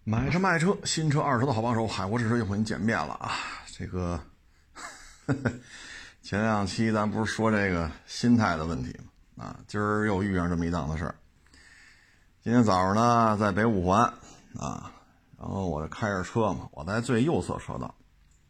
买车卖车，新车二手的好帮手，海阔试车又和您见面了啊！这个前两期咱不是说这个心态的问题吗？啊，今儿又遇上这么一档子事儿。今天早上呢，在北五环啊，然后我开着车嘛，我在最右侧车道，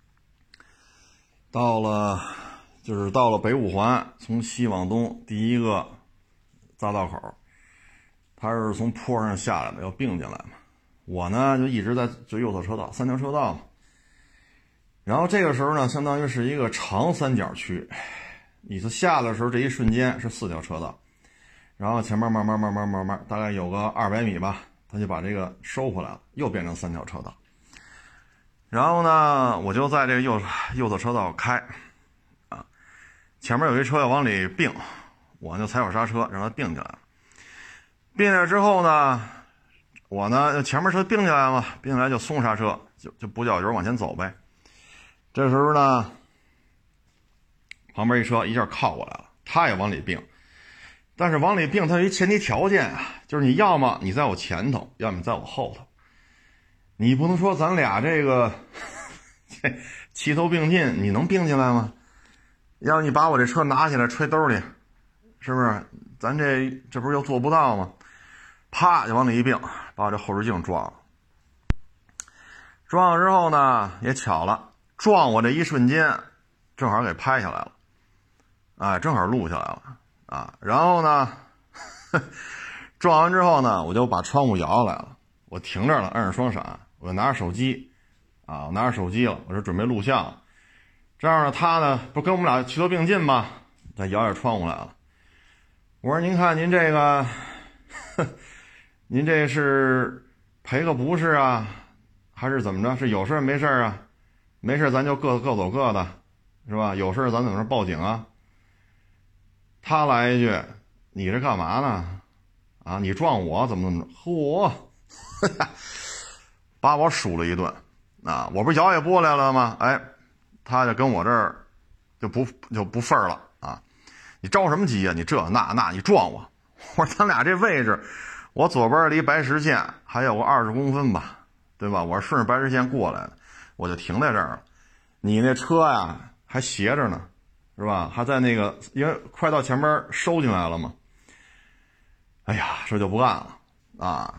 到了北五环，从西往东第一个匝道口，他是从坡上下来的，要并进来嘛。我呢就一直在最右侧车道，三条车道嘛。然后这个时候呢，相当于是一个长三角区，你是下的时候这一瞬间是四条车道，然后前面慢慢大概有个200米吧，他就把这个收回来了，又变成三条车道。然后呢，我就在这个右侧车道开啊，前面有一车要往里并，我就踩会刹车让它并进来了。并进来之后呢，我呢前面车并进来了嘛，并进来就松刹车，就不较油往前走呗。这时候呢，旁边一车一下靠过来了，他也往里并，但是往里并它有一前提条件啊，就是你要么你在我前头，要么你在我后头，你不能说咱俩这个这齐头并进，你能并进来吗？要你把我这车拿起来揣兜里，是不是？咱这不是又做不到吗？啪就往里一并，把我这后视镜撞了。撞了之后呢，也巧了，撞我这一瞬间正好给拍下来了，哎，正好录下来了啊。然后呢撞完之后呢，我就把窗户摇下来了，我停这儿了，摁着双闪，我就拿着手机啊，我拿着手机了，我就准备录像。这样呢，他呢不跟我们俩齐头并进吗？他摇下窗户来了。我说您看您这个您这是赔个不是啊，还是怎么着？是有事没事啊？没事咱就各走各的，是吧？有事咱怎么着报警啊？他来一句，你这干嘛呢？啊，你撞我怎么嚯把我数了一顿啊！我不是摇也过来了吗？哎，他就跟我这儿就不忿儿了啊！你着什么急啊？你这那你撞我！我说咱俩这位置，我左边离白实线还有个20公分吧，对吧？我是顺着白实线过来的，我就停在这儿了。你那车呀还斜着呢，是吧？还在那个，因为快到前面收进来了嘛。哎呀，这就不干了啊！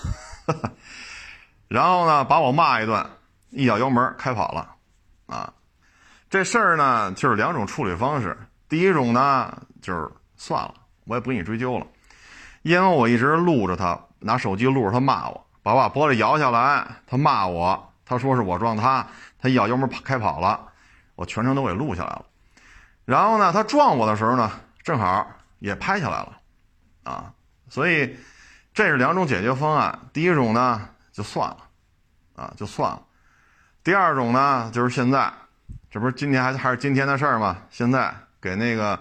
然后呢，把我骂一顿，一脚油门开跑了啊！这事儿呢，就是两种处理方式。第一种呢，就是算了，我也不给你追究了，因为我一直录着他，拿手机录着他骂我，把玻璃摇下来，他骂我，他说是我撞他，他一脚油门开跑了，我全程都给录下来了。然后呢，他撞我的时候呢，正好也拍下来了啊，所以这是两种解决方案。第一种呢，就算了啊，就算了。第二种呢，就是现在，这不是今天还是今天的事儿吗？现在给那个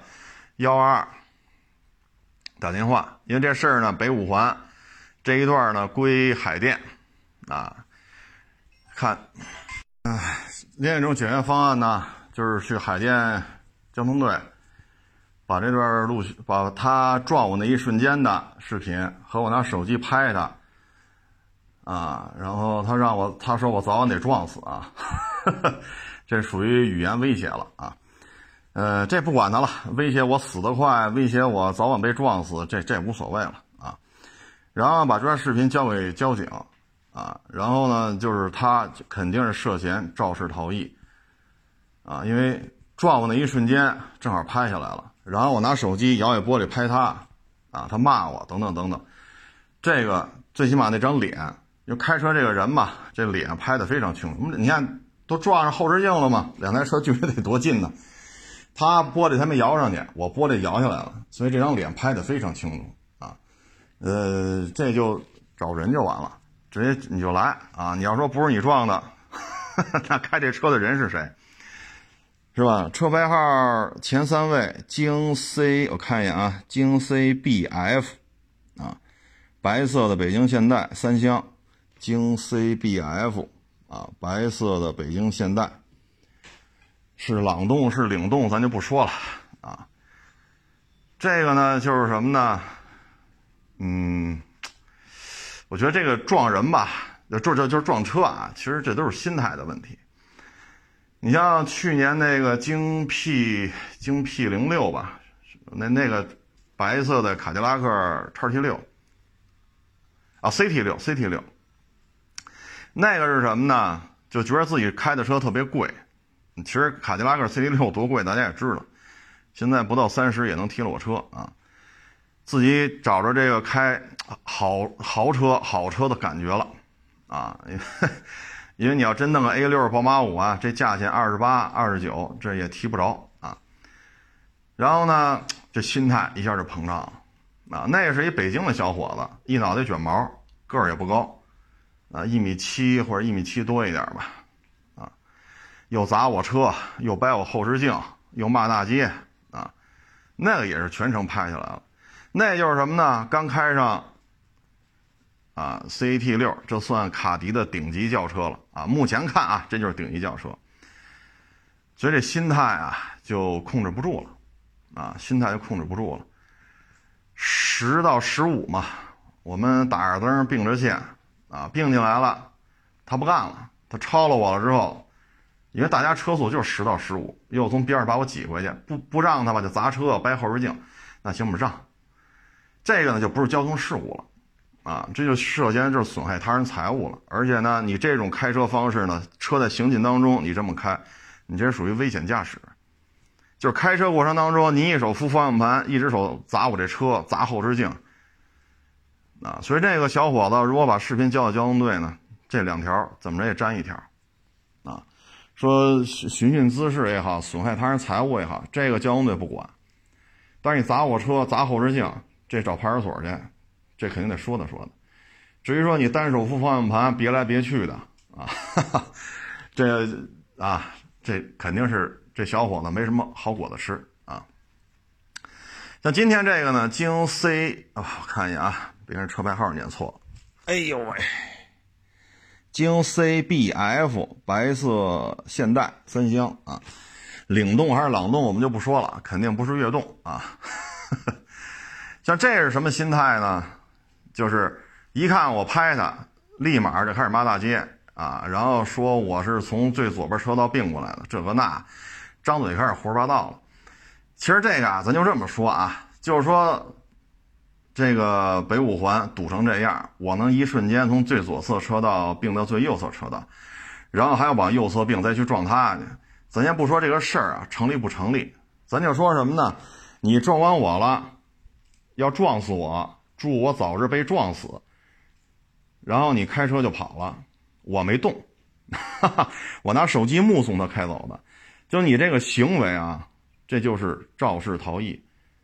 122打电话，因为这事儿呢，北五环这一段呢归海淀啊。看，另一种解决方案呢，就是去海淀交通队，把这段把他撞我那一瞬间的视频和我拿手机拍他啊，然后他说我早晚得撞死啊，这属于语言威胁了啊。这不管他了，威胁我死得快，威胁我早晚被撞死，这无所谓了啊。然后把这段视频交给交警啊，然后呢，就是他肯定是涉嫌肇事逃逸啊，因为撞我那一瞬间正好拍下来了，然后我拿手机摇下玻璃拍他啊，他骂我等等等等，这个最起码那张脸，因为开车这个人嘛，这脸拍得非常清楚。你看都撞上后视镜了嘛，两台车距离得多近呢？他玻璃还没摇上去，我玻璃摇下来了，所以这张脸拍得非常清楚啊。这就找人就完了，直接你就来啊！你要说不是你撞的，那开这车的人是谁？是吧？车牌号前3位京 C， 我看一眼啊，京 CBF 啊，白色的北京现代3厢，京 CBF 啊，白色的北京现代。是朗动是领动咱就不说了啊。这个呢就是什么呢，我觉得这个撞人吧， 就是撞车啊，其实这都是心态的问题。你像去年那个京 P06吧，那个白色的卡迪拉克 XT6 啊 CT6，那个是什么呢？就觉得自己开的车特别贵。其实卡迪拉克 CT6 多贵大家也知道，现在不到30也能提裸车啊。自己找着这个开豪车的感觉了啊，因为你要真弄个 A6 宝马5啊，这价钱28、29，这也提不着啊。然后呢，这心态一下就膨胀了啊。那是一北京的小伙子，一脑袋卷毛，个儿也不高啊，1.7米或者1.7米多一点吧啊，又砸我车，又掰我后视镜，又骂大街啊，那个也是全程拍下来了。那就是什么呢？刚开上啊 CT6， 这算卡迪的顶级轿车了啊！目前看啊，这就是顶级轿车，所以这心态啊就控制不住了啊，心态就控制不住了。10到15嘛，我们打着灯并着线啊，并进来了，他不干了，他超了我了之后，因为大家车速就是10到15，又从边上把我挤回去，不让他吧就砸车掰后视镜，那行不让。这个呢就不是交通事故了啊，这就涉嫌就是损害他人财物了。而且呢，你这种开车方式呢，车在行进当中你这么开，你这属于危险驾驶。就是开车过程当中，你一手扶方向盘，一只手砸我这车，砸后视镜啊。所以这个小伙子如果把视频交到交通队呢，这2条怎么着也沾1条啊。说寻衅滋事也好，损害他人财物也好，这个交通队不管。但是你砸我车，砸后视镜，这找派出所去，这肯定得说的。至于说你单手扶方向盘别来别去的啊，这肯定是这小伙子没什么好果子吃啊。像今天这个呢，京 C 啊，我看一眼啊，别人车牌号念错了，哎呦喂，京 CBF 白色现代3厢啊，领动还是朗动我们就不说了，肯定不是悦动啊。像这是什么心态呢？就是一看我拍他，立马就开始骂大街啊，然后说我是从最左边车道并过来的，这个那，张嘴开始胡说八道了。其实这个啊，咱就这么说啊，就是说这个北5环堵成这样，我能一瞬间从最左侧车道并到最右侧车道，然后还要往右侧并再去撞他去。咱先不说这个事儿啊成立不成立，咱就说什么呢？你撞完我了，要撞死我，祝我早日被撞死，然后你开车就跑了，我没动，我拿手机目送他开走的。就你这个行为啊，这就是肇事逃逸。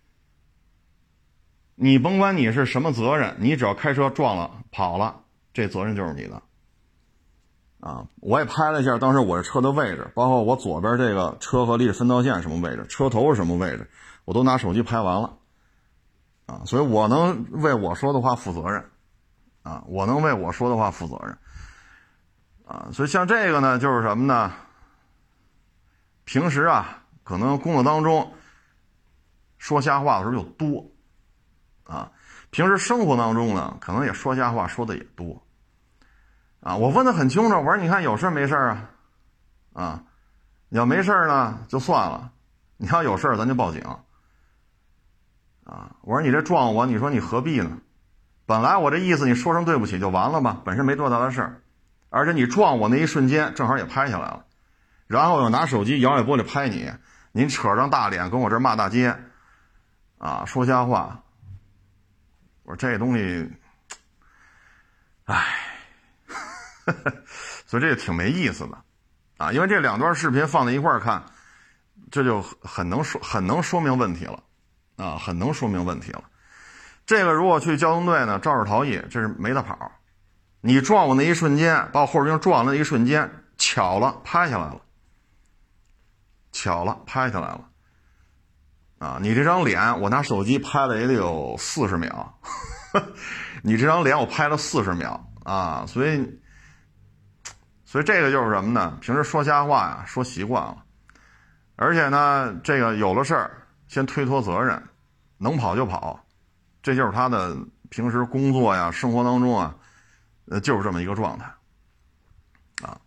你甭管你是什么责任，你只要开车撞了跑了，这责任就是你的啊。我也拍了一下当时我这车的位置，包括我左边这个车和立分道线什么位置，车头是什么位置，我都拿手机拍完了啊。所以我能为我说的话负责任啊，我能为我说的话负责任啊。所以像这个呢，就是什么呢？平时啊，可能工作当中说瞎话的时候就多啊，平时生活当中呢，可能也说瞎话说的也多啊。我问的很清楚，我说你看有事没事啊，你要没事呢就算了，你要有事咱就报警啊。我说你这撞我，你说你何必呢？本来我这意思你说声对不起就完了吧，本身没多大的事儿，而且你撞我那一瞬间正好也拍下来了，然后又拿手机摇下玻璃拍你，您扯上大脸跟我这骂大街啊，说瞎话。我说这东西唉所以这个挺没意思的啊，因为这2段视频放在一块儿看，这就很能说明问题了啊，很能说明问题了。这个如果去交通队呢，肇事逃逸，这是没得跑。你撞我那一瞬间，把我后视镜撞了那一瞬间，巧了拍下来了，啊！你这张脸我拿手机拍了也得有40秒，你这张脸我拍了40秒啊！所以这个就是什么呢？平时说瞎话呀，说习惯了，而且呢，这个有了事儿先推脱责任，能跑就跑，这就是他的平时工作呀、生活当中啊就是这么一个状态啊。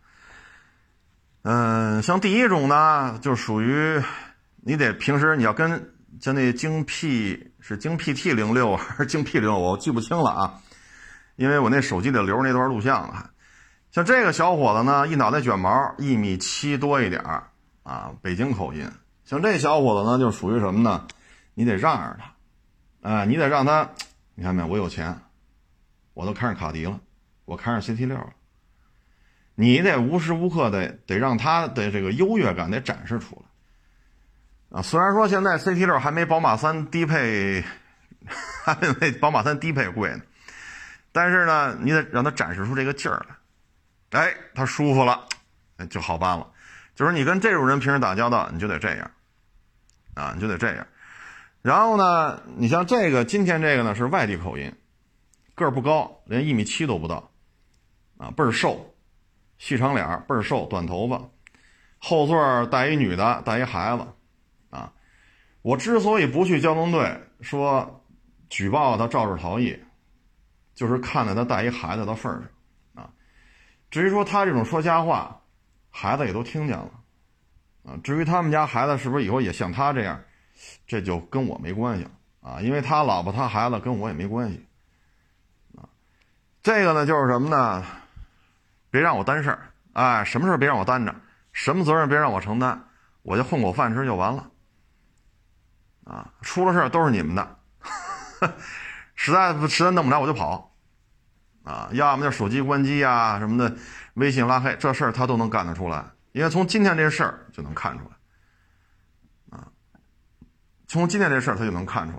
像第一种呢，就属于你得平时你要跟像那京 PT06还是京 P06，我记不清了啊，因为我那手机里留着那段录像了。像这个小伙子呢，一脑袋卷毛，1.7米多一点啊，北京口音。像这小伙子呢，就属于什么呢？你得让着他，你得让他，你看没有，我有钱，我都开上卡迪了，我开上 CT6 了。你得无时无刻得让他的这个优越感得展示出来啊！虽然说现在 CT6 还没宝马3低配，还没宝马3低配贵呢，但是呢，你得让他展示出这个劲儿来，他舒服了，就好办了。就是你跟这种人平时打交道，你就得这样啊，你就得这样。然后呢，你像这个今天这个呢是外地口音，个儿不高，连1.7米都不到啊，倍儿瘦。细长脸，倍儿瘦，短头发，后座带一女的，带一孩子，啊，我之所以不去交通队说举报他肇事逃逸，就是看在他带一孩子的份上，啊，至于说他这种说瞎话，孩子也都听见了，啊，至于他们家孩子是不是以后也像他这样，这就跟我没关系啊，因为他老婆他孩子跟我也没关系，啊，这个呢就是什么呢？别让我担事儿，什么事别让我担着，什么责任别让我承担，我就混口饭吃就完了，啊，出了事都是你们的，实在弄不了我就跑，啊，要么就手机关机啊什么的，微信拉黑，这事儿他都能干得出来，因为从今天这事儿就能看出来，啊，从今天这事儿他就能看出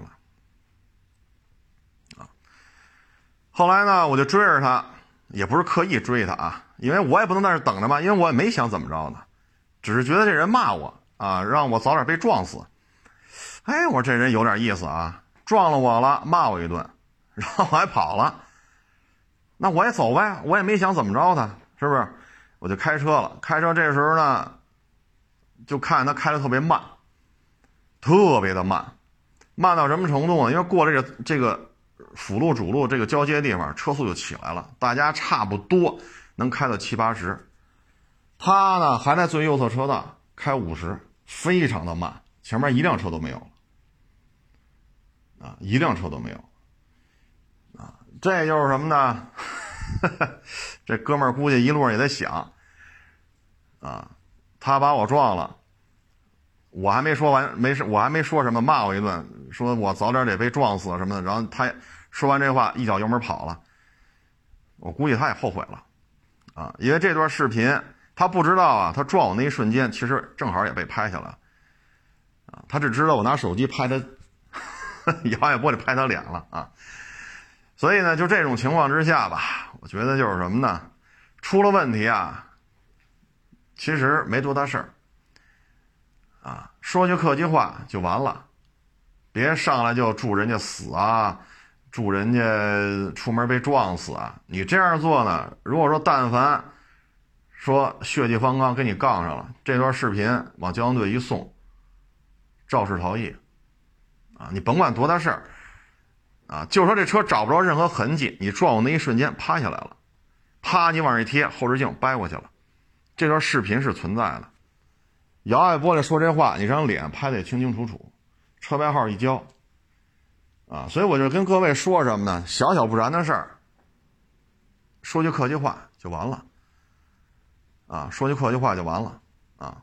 来，啊，后来呢，我就追着他。也不是刻意追他啊，因为我也不能在这等着嘛，因为我也没想怎么着呢，只是觉得这人骂我啊，让我早点被撞死。我说这人有点意思啊，撞了我了，骂我一顿，然后还跑了，那我也走呗，我也没想怎么着他，是不是？我就开车了，开车这时候呢，就看他开得特别慢，特别的慢，慢到什么程度呢？因为过了这个辅路主路这个交接地方，车速就起来了，大家差不多能开到70、80，他呢还在最右侧车道开50，非常的慢，前面一辆车都没有了，啊，一辆车都没有，啊，这就是什么呢？这哥们儿估计一路上也在想，啊，他把我撞了，我还没说完，没事，我还没说什么，骂我一顿，说我早点得被撞死什么的，然后他说完这话，一脚油门跑了。我估计他也后悔了，啊，因为这段视频他不知道啊，他撞我那一瞬间，其实正好也被拍下来了，啊，他只知道我拿手机拍他，摇下玻璃拍他脸了啊。所以呢，就这种情况之下吧，我觉得就是什么呢？出了问题啊，其实没多大事儿，啊，说句客气话就完了，别上来就祝人家死啊，祝人家出门被撞死啊！你这样做呢，如果说但凡说血气方刚跟你杠上了，这段视频往交通队一送，肇事逃逸，啊，你甭管多大事儿，啊，就说这车找不着任何痕迹，你撞我那一瞬间趴下来了，啪你往上一贴，后视镜掰过去了，这段视频是存在的。摇下玻璃说这话，你让脸拍得清清楚楚，车牌号一交，啊，所以我就跟各位说什么呢？小小不然的事儿，说句客气话就完了，啊，说句客气话就完了，啊，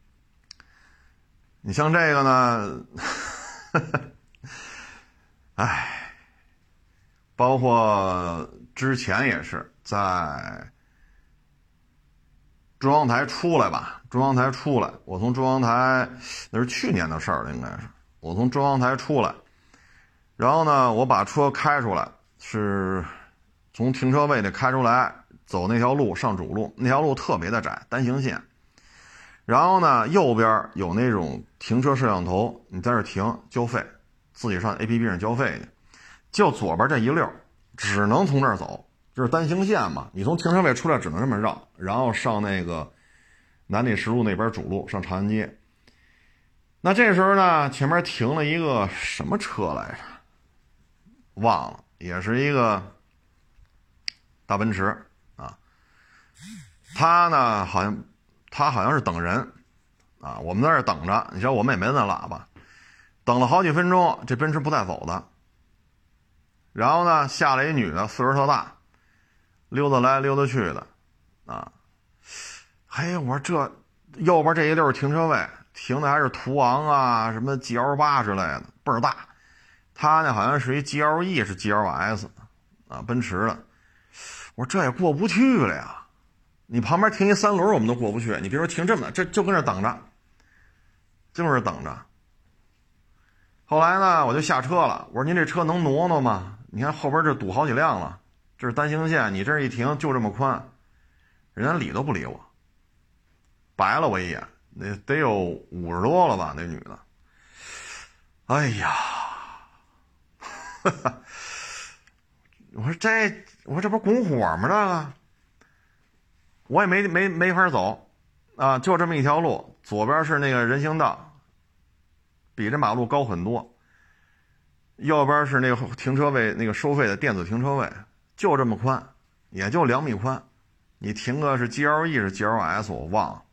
你像这个呢，哎，包括之前也是在中央台出来吧，中央台出来，我从中央台，那是去年的事儿了，应该是我从中央台出来，然后呢，我把车开出来，是从停车位里开出来，走那条路上主路，那条路特别的窄，单行线，然后呢，右边有那种停车摄像头，你在这停交费，自己上 APP 上交费去，就左边这一溜只能从这儿走，就是单行线嘛，你从停车位出来只能这么绕，然后上那个南礼士路那边主路上长安街。那这时候呢，前面停了一个什么车来着，忘了，也是一个大奔驰啊。他呢好像是等人啊，我们在这儿等着，你知道我们也没按喇叭，等了好几分钟，这奔驰不带走的。然后呢，下来一女的，岁数特大，溜达来溜达去的啊。嘿，我说这右边这一溜停车位停的还是途昂啊，什么 GL8 之类的，倍儿大。他呢好像是一 GLE 是 GLS 啊，奔驰的。我说这也过不去了呀，你旁边停一三轮我们都过不去，你别说停这么，这就跟这等着，就是等着。后来呢我就下车了，我说您这车能挪挪吗？你看后边这堵好几辆了，这是单行线，你这一停就这么宽，人家理都不理我，白了我一眼，那得有50多了吧那女的。哎呀我说这不是拱火吗？这个我也没法走啊，就这么一条路，左边是那个人行道，比这马路高很多，右边是那个停车位，那个收费的电子停车位，就这么宽，也就2米宽，你停个是 GLE 是 GLS 我忘了。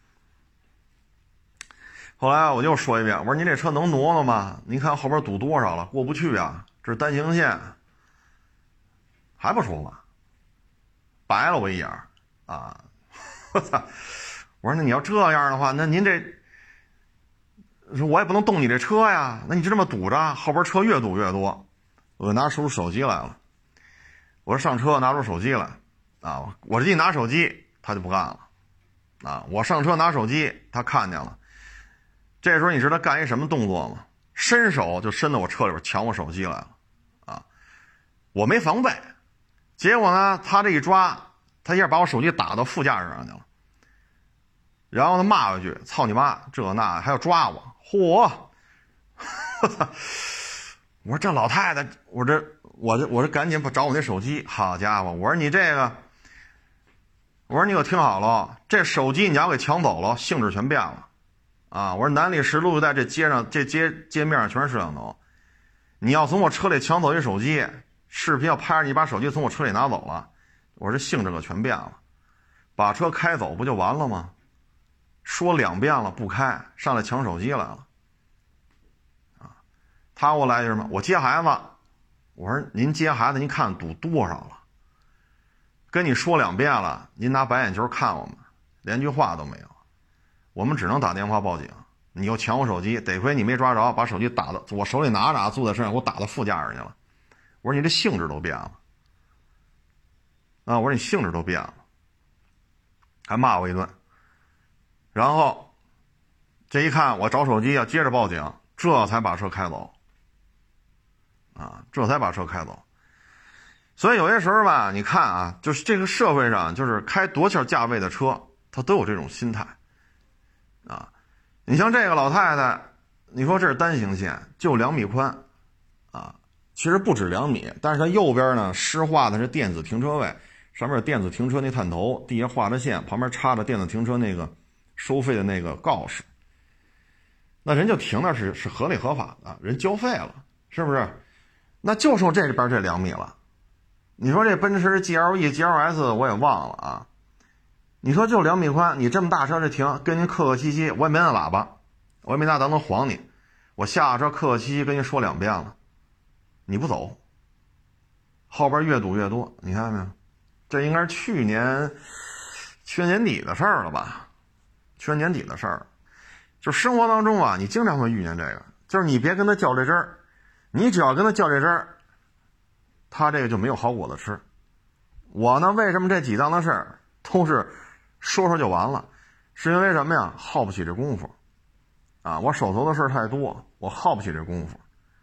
后来我又说一遍，我说您这车能挪挪吗？您看后边堵多少了，过不去啊，这是单行线。还不说话，白了我一眼啊！我操！我说那你要这样的话，那您这，我也不能动你这车呀。那你就这么堵着，后边车越堵越多。我就拿出手机来了，我说上车拿出手机来啊！我这一拿手机，他就不干了啊！我上车拿手机，他看见了。这时候你知道他干一什么动作吗？伸手就伸到我车里边抢我手机来了啊！我没防备。结果呢，他这一抓，他一下把我手机打到副驾驶上去了，然后他骂我一句：“操你妈！这那还要抓我！”嚯！我操！我说这老太太，我这赶紧找我那手机。好家伙！我说你这个，我说你可听好了，这手机你要给抢走了，性质全变了啊！我说南礼士路在这街上，这街面上全是摄像头，你要从我车里抢走一手机。视频要拍着你把手机从我车里拿走了，我说这性质可全变了，把车开走不就完了吗？说2遍了不开，上来抢手机来了啊！他给我来一句什么？我接孩子。我说您接孩子，您看堵多少了？跟你说2遍了，您拿白眼球看我们，连句话都没有。我们只能打电话报警。你又抢我手机，得亏你没抓着，把手机打到我手里拿着，坐在身上给我打到副驾驶去了。我说你这性质都变了啊！我说你性质都变了，还骂我一顿。然后这一看我找手机要接着报警，这才把车开走啊！这才把车开走。所以有些时候吧，你看啊，就是这个社会上，就是开多少价位的车，他都有这种心态啊。你像这个老太太，你说这是单行线，就2米宽啊。其实不止2米，但是它右边呢施画的是电子停车位，上面有电子停车那探头，地下画着线，旁边插着电子停车那个收费的那个告示。那人就停那是合理合法的，人交费了，是不是？那就剩这边这2米了。你说这奔驰 GLE、GLS 我也忘了啊。你说就2米宽，你这么大车这停，跟您客客气气，我也没按喇叭，我也没拿当晃你，我下车客客气气跟您说2遍了。你不走，后边越堵越多，你看见没有？这应该是去年年底的事儿了吧？去年年底的事儿，就生活当中啊，你经常会遇见这个，就是你别跟他较这真儿，你只要跟他较这真儿，他这个就没有好果子吃。我呢，为什么这几档的事儿都是说说就完了？是因为什么呀？耗不起这功夫啊！我手头的事儿太多，我耗不起这功夫。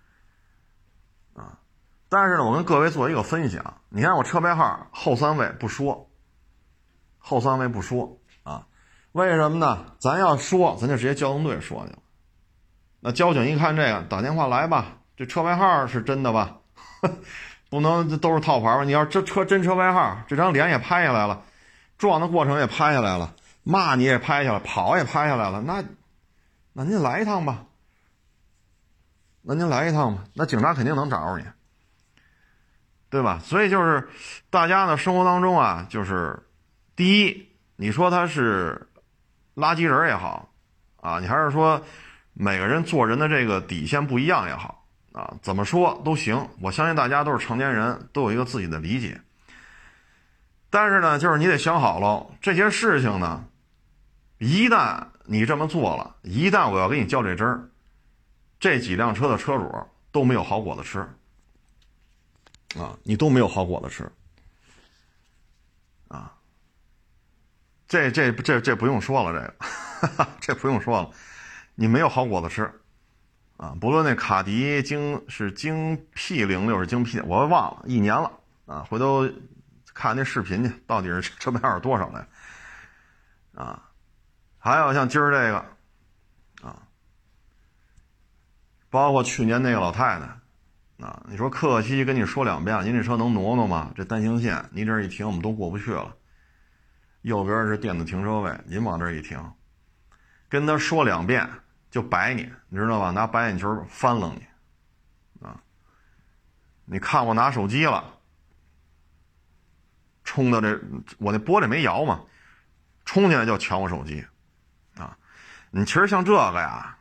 但是呢，我跟各位做一个分享。你看我车牌号后3位不说，后3位不说啊，为什么呢？咱要说，咱就直接交通队说去了。那交警一看这个，打电话来吧，这车牌号是真的吧？不能都是套牌吧？你要这车真车牌号，这张脸也拍下来了，撞的过程也拍下来了，骂你也拍下来，跑也拍下来了，那您来一趟吧。那警察肯定能找着你。 对吧？所以就是大家呢生活当中啊，就是第一，你说他是垃圾人也好啊，你还是说每个人做人的这个底线不一样也好啊，怎么说都行。我相信大家都是成年人，都有一个自己的理解。但是呢，就是你得想好了，这些事情呢，一旦你这么做了，一旦我要给你较这真儿，这几辆车的车主都没有好果子吃啊，你都没有好果子吃啊。这不用说了，这不用说了，你没有好果子吃啊。不论那卡迪京 P06是京 P， 我忘了1年了啊，回头看那视频去，到底是车牌号是多少来啊？还有像今儿这个啊，包括去年那个老太太啊，你说客气跟你说2遍，您这车能挪挪吗？这单行线你这一停我们都过不去了，右边是电子停车位，您往这一停，跟他说2遍就摆你知道吧？拿白眼球翻楞你啊！你看我拿手机了，冲到这我那玻璃没摇嘛，冲进来就抢我手机啊！你其实像这个呀，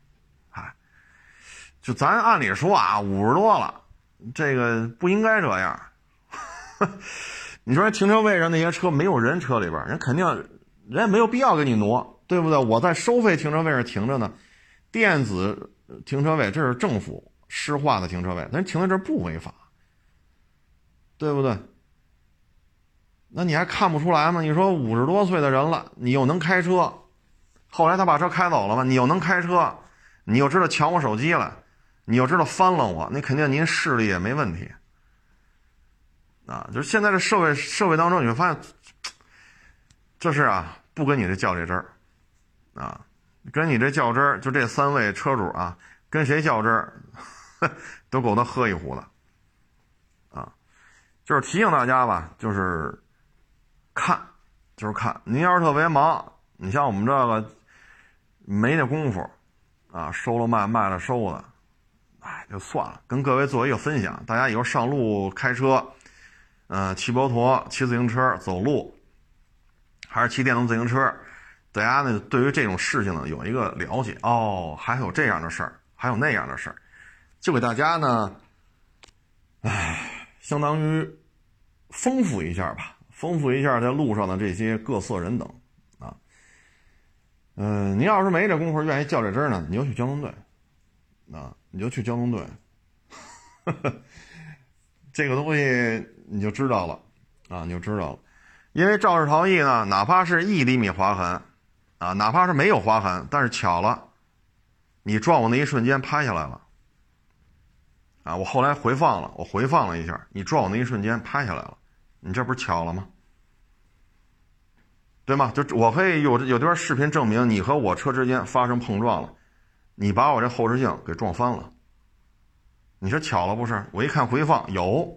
就咱按理说啊，50多了，这个不应该这样。你说停车位上那些车没有人，车里边人肯定人也没有必要给你挪，对不对？我在收费停车位上停着呢，电子停车位这是政府施划的停车位，咱停在这儿不违法，对不对？那你还看不出来吗？你说50多岁的人了，你又能开车，后来他把车开走了吗？你又能开车，你又知道抢我手机了，你又知道翻了我，那肯定您视力也没问题啊。就是现在这社会当中，你会发现，这是啊，不跟你这较这真儿啊，跟你这较真儿，就这3位车主啊，跟谁较真儿，都够他喝一壶的啊。就是提醒大家吧，就是看，您要是特别忙，你像我们这个没那功夫啊，收了卖，卖了收的，哎，就算了。跟各位做一个分享，大家以后上路开车，骑摩托、骑自行车、走路，还是骑电动自行车，大家呢对于这种事情呢有一个了解哦，还有这样的事儿，还有那样的事儿，就给大家呢，相当于丰富一下吧，丰富一下在路上的这些各色人等啊。您要是没这功夫，愿意较这真儿呢，你就去交通队啊，你就去交通队，这个东西你就知道了啊，你就知道了。因为肇事逃逸呢，哪怕是1厘米划痕啊，哪怕是没有划痕，但是巧了，你撞我那一瞬间拍下来了啊，我后来回放了一下，你撞我那一瞬间拍下来了，你这不是巧了吗？对吗？就我可以有段视频证明你和我车之间发生碰撞了，你把我这后视镜给撞翻了，你说巧了不是？我一看回放有，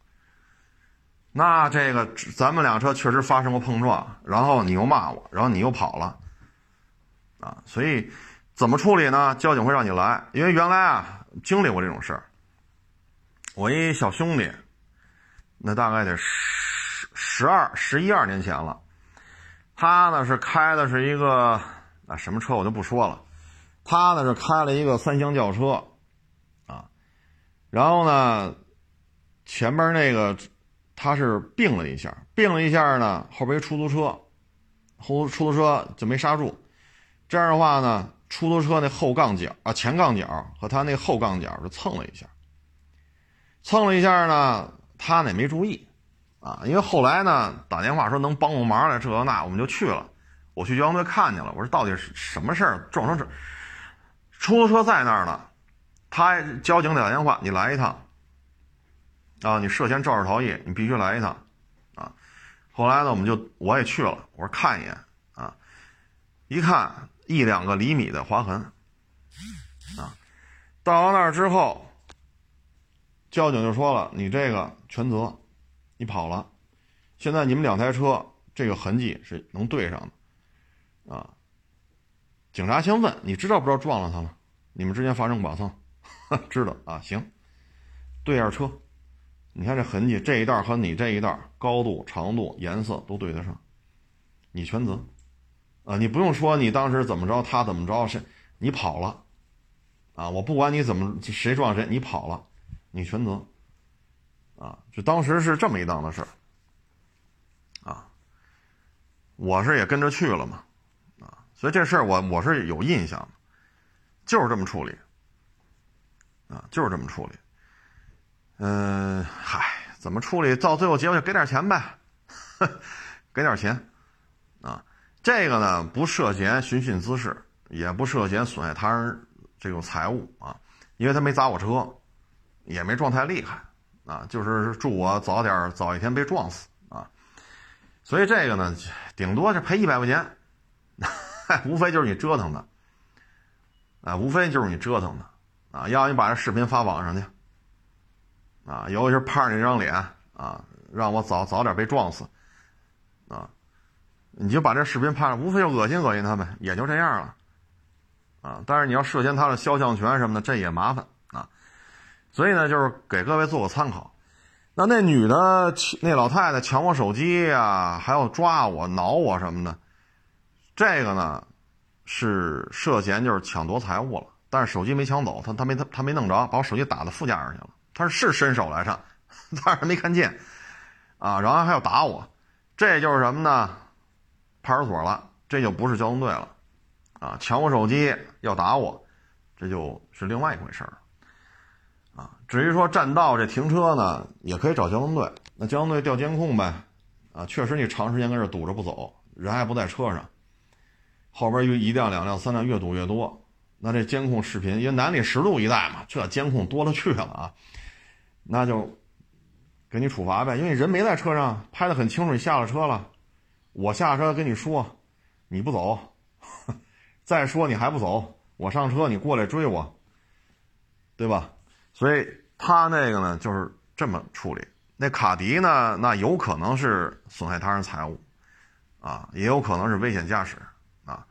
那这个咱们俩车确实发生过碰撞，然后你又骂我，然后你又跑了啊，所以怎么处理呢？交警会让你来，因为原来啊经历过这种事儿。我一小兄弟，那大概得11、12年前了。他呢是开的是一个什么车我就不说了，他呢是开了一个3厢轿车啊，然后呢前边那个他是并了一下呢，后边一出租车就没刹住，这样的话呢，出租车那后杠角啊前杠角和他那后杠角就蹭了一下呢，他呢也没注意啊，因为后来呢打电话说能帮我忙来这那，我们就去了。我去交通队看见了，我说到底是什么事儿撞成这？出租车在那儿呢，交警打电话，你来一趟啊，你涉嫌肇事逃逸，你必须来一趟啊。后来呢，我也去了，我说看一眼啊，一看1-2个厘米的划痕啊。到了那儿之后，交警就说了，你这个全责，你跑了，现在你们2台车这个痕迹是能对上的啊。警察先问你知道不知道撞了他了，你们之间发生剐蹭？知道啊，行，对下车你看这痕迹，这一道和你这一道高度、长度、颜色都对得上，你全责啊！你不用说你当时怎么着，他怎么着，你跑了啊！我不管你怎么谁撞谁，你跑了，你全责啊！就当时是这么一档子事儿啊，我是也跟着去了嘛啊，所以这事儿我是有印象的，就是这么处理啊，就是这么处理。怎么处理？到最后结果就给点钱呗，给点钱啊！这个呢不涉嫌寻衅滋事，也不涉嫌损害他人这种财物啊，因为他没砸我车，也没撞太厉害啊，就是祝我早一天被撞死啊。所以这个呢，顶多是赔100块钱，无非就是你折腾的，无非就是你折腾的啊！要你把这视频发网上去。啊，尤其是拍着那张脸啊，让我早点被撞死啊！你就把这视频拍了，无非就恶心他们，也就这样了啊。但是你要涉嫌他的肖像权什么的，这也麻烦啊。所以呢，就是给各位做个参考。那女的那老太太抢我手机啊，还要抓我、挠我什么的，这个呢是涉嫌就是抢夺财物了，但是手机没抢走，他没弄着，把我手机打到副驾驶去了。他是伸手来着，但是没看见啊，然后还要打我，这就是什么呢？派出所了，这就不是交通队了啊！抢我手机要打我，这就是另外一回事儿啊。至于说占道这停车呢，也可以找交通队，那交通队调监控呗啊，确实你长时间跟这堵着不走，人还不在车上，后边1辆、2辆、3辆越堵越多，那这监控视频，因为南里10路一带嘛，这监控多了去了啊。那就给你处罚呗，因为人没在车上，拍得很清楚，你下了车了，我下车跟你说，你不走，再说你还不走，我上车你过来追我，对吧？所以他那个呢就是这么处理。那卡迪呢，那有可能是损害他人财物啊，也有可能是危险驾驶啊，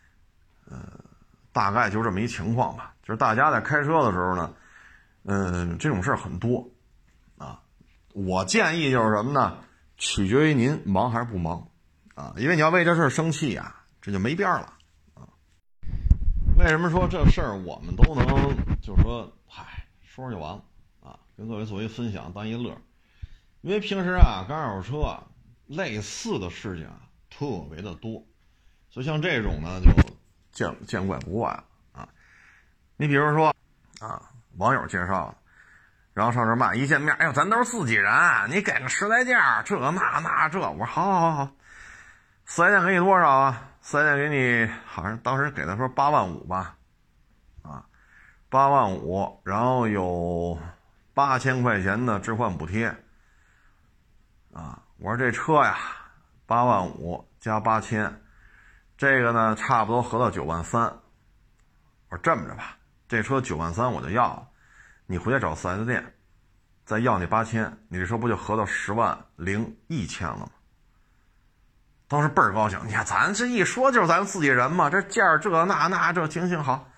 大概就这么一情况吧。就是大家在开车的时候呢，这种事儿很多啊。我建议就是什么呢？取决于您忙还是不忙啊。因为你要为这事儿生气呀，这就没边了啊。为什么说这事儿我们都能就是说，说就完了啊？跟各位作为分享当一乐。因为平时啊，干二手车类似的事情啊特别的多，所以像这种呢就见怪不怪了啊。你比如说啊，网友介绍的，然后上这卖，一见面，哎呦，咱都是自己人，你给个10来件，这那这，我说好，4来件给你多少啊？4来件给你，好像当时给他说8万5吧，啊，8万5，然后有8000块钱的置换补贴，啊，我说这车呀，8万5加8000，这个呢差不多合到9万3，我说这么着吧，这车9万3我就要了。你回家找4S店，再要你8000，你这车不就合到10万零1000了吗？当时倍儿高兴，你看咱这一说就是咱自己人嘛，这件儿这那这行好。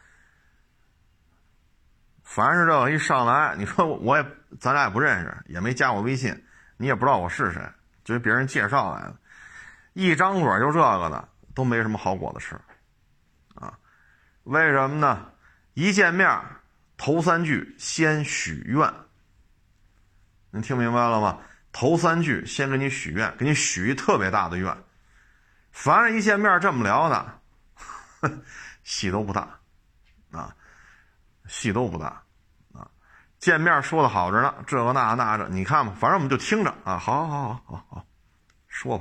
凡是这个一上来，你说咱俩也不认识，也没加我微信，你也不知道我是谁，就是别人介绍来的，一张嘴就这个的，都没什么好果子吃啊。为什么呢？一见面头3句先许愿，你听明白了吗？头3句先给你许愿，给你许一特别大的愿。凡是一见面这么聊的，戏都不大啊，戏都不大啊。见面说的好着呢，这个那这，你看吧，反正我们就听着啊，好，说吧。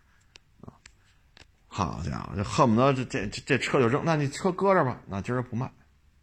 好家伙，这恨不得这车就扔，那你车搁这吧，那今儿不卖。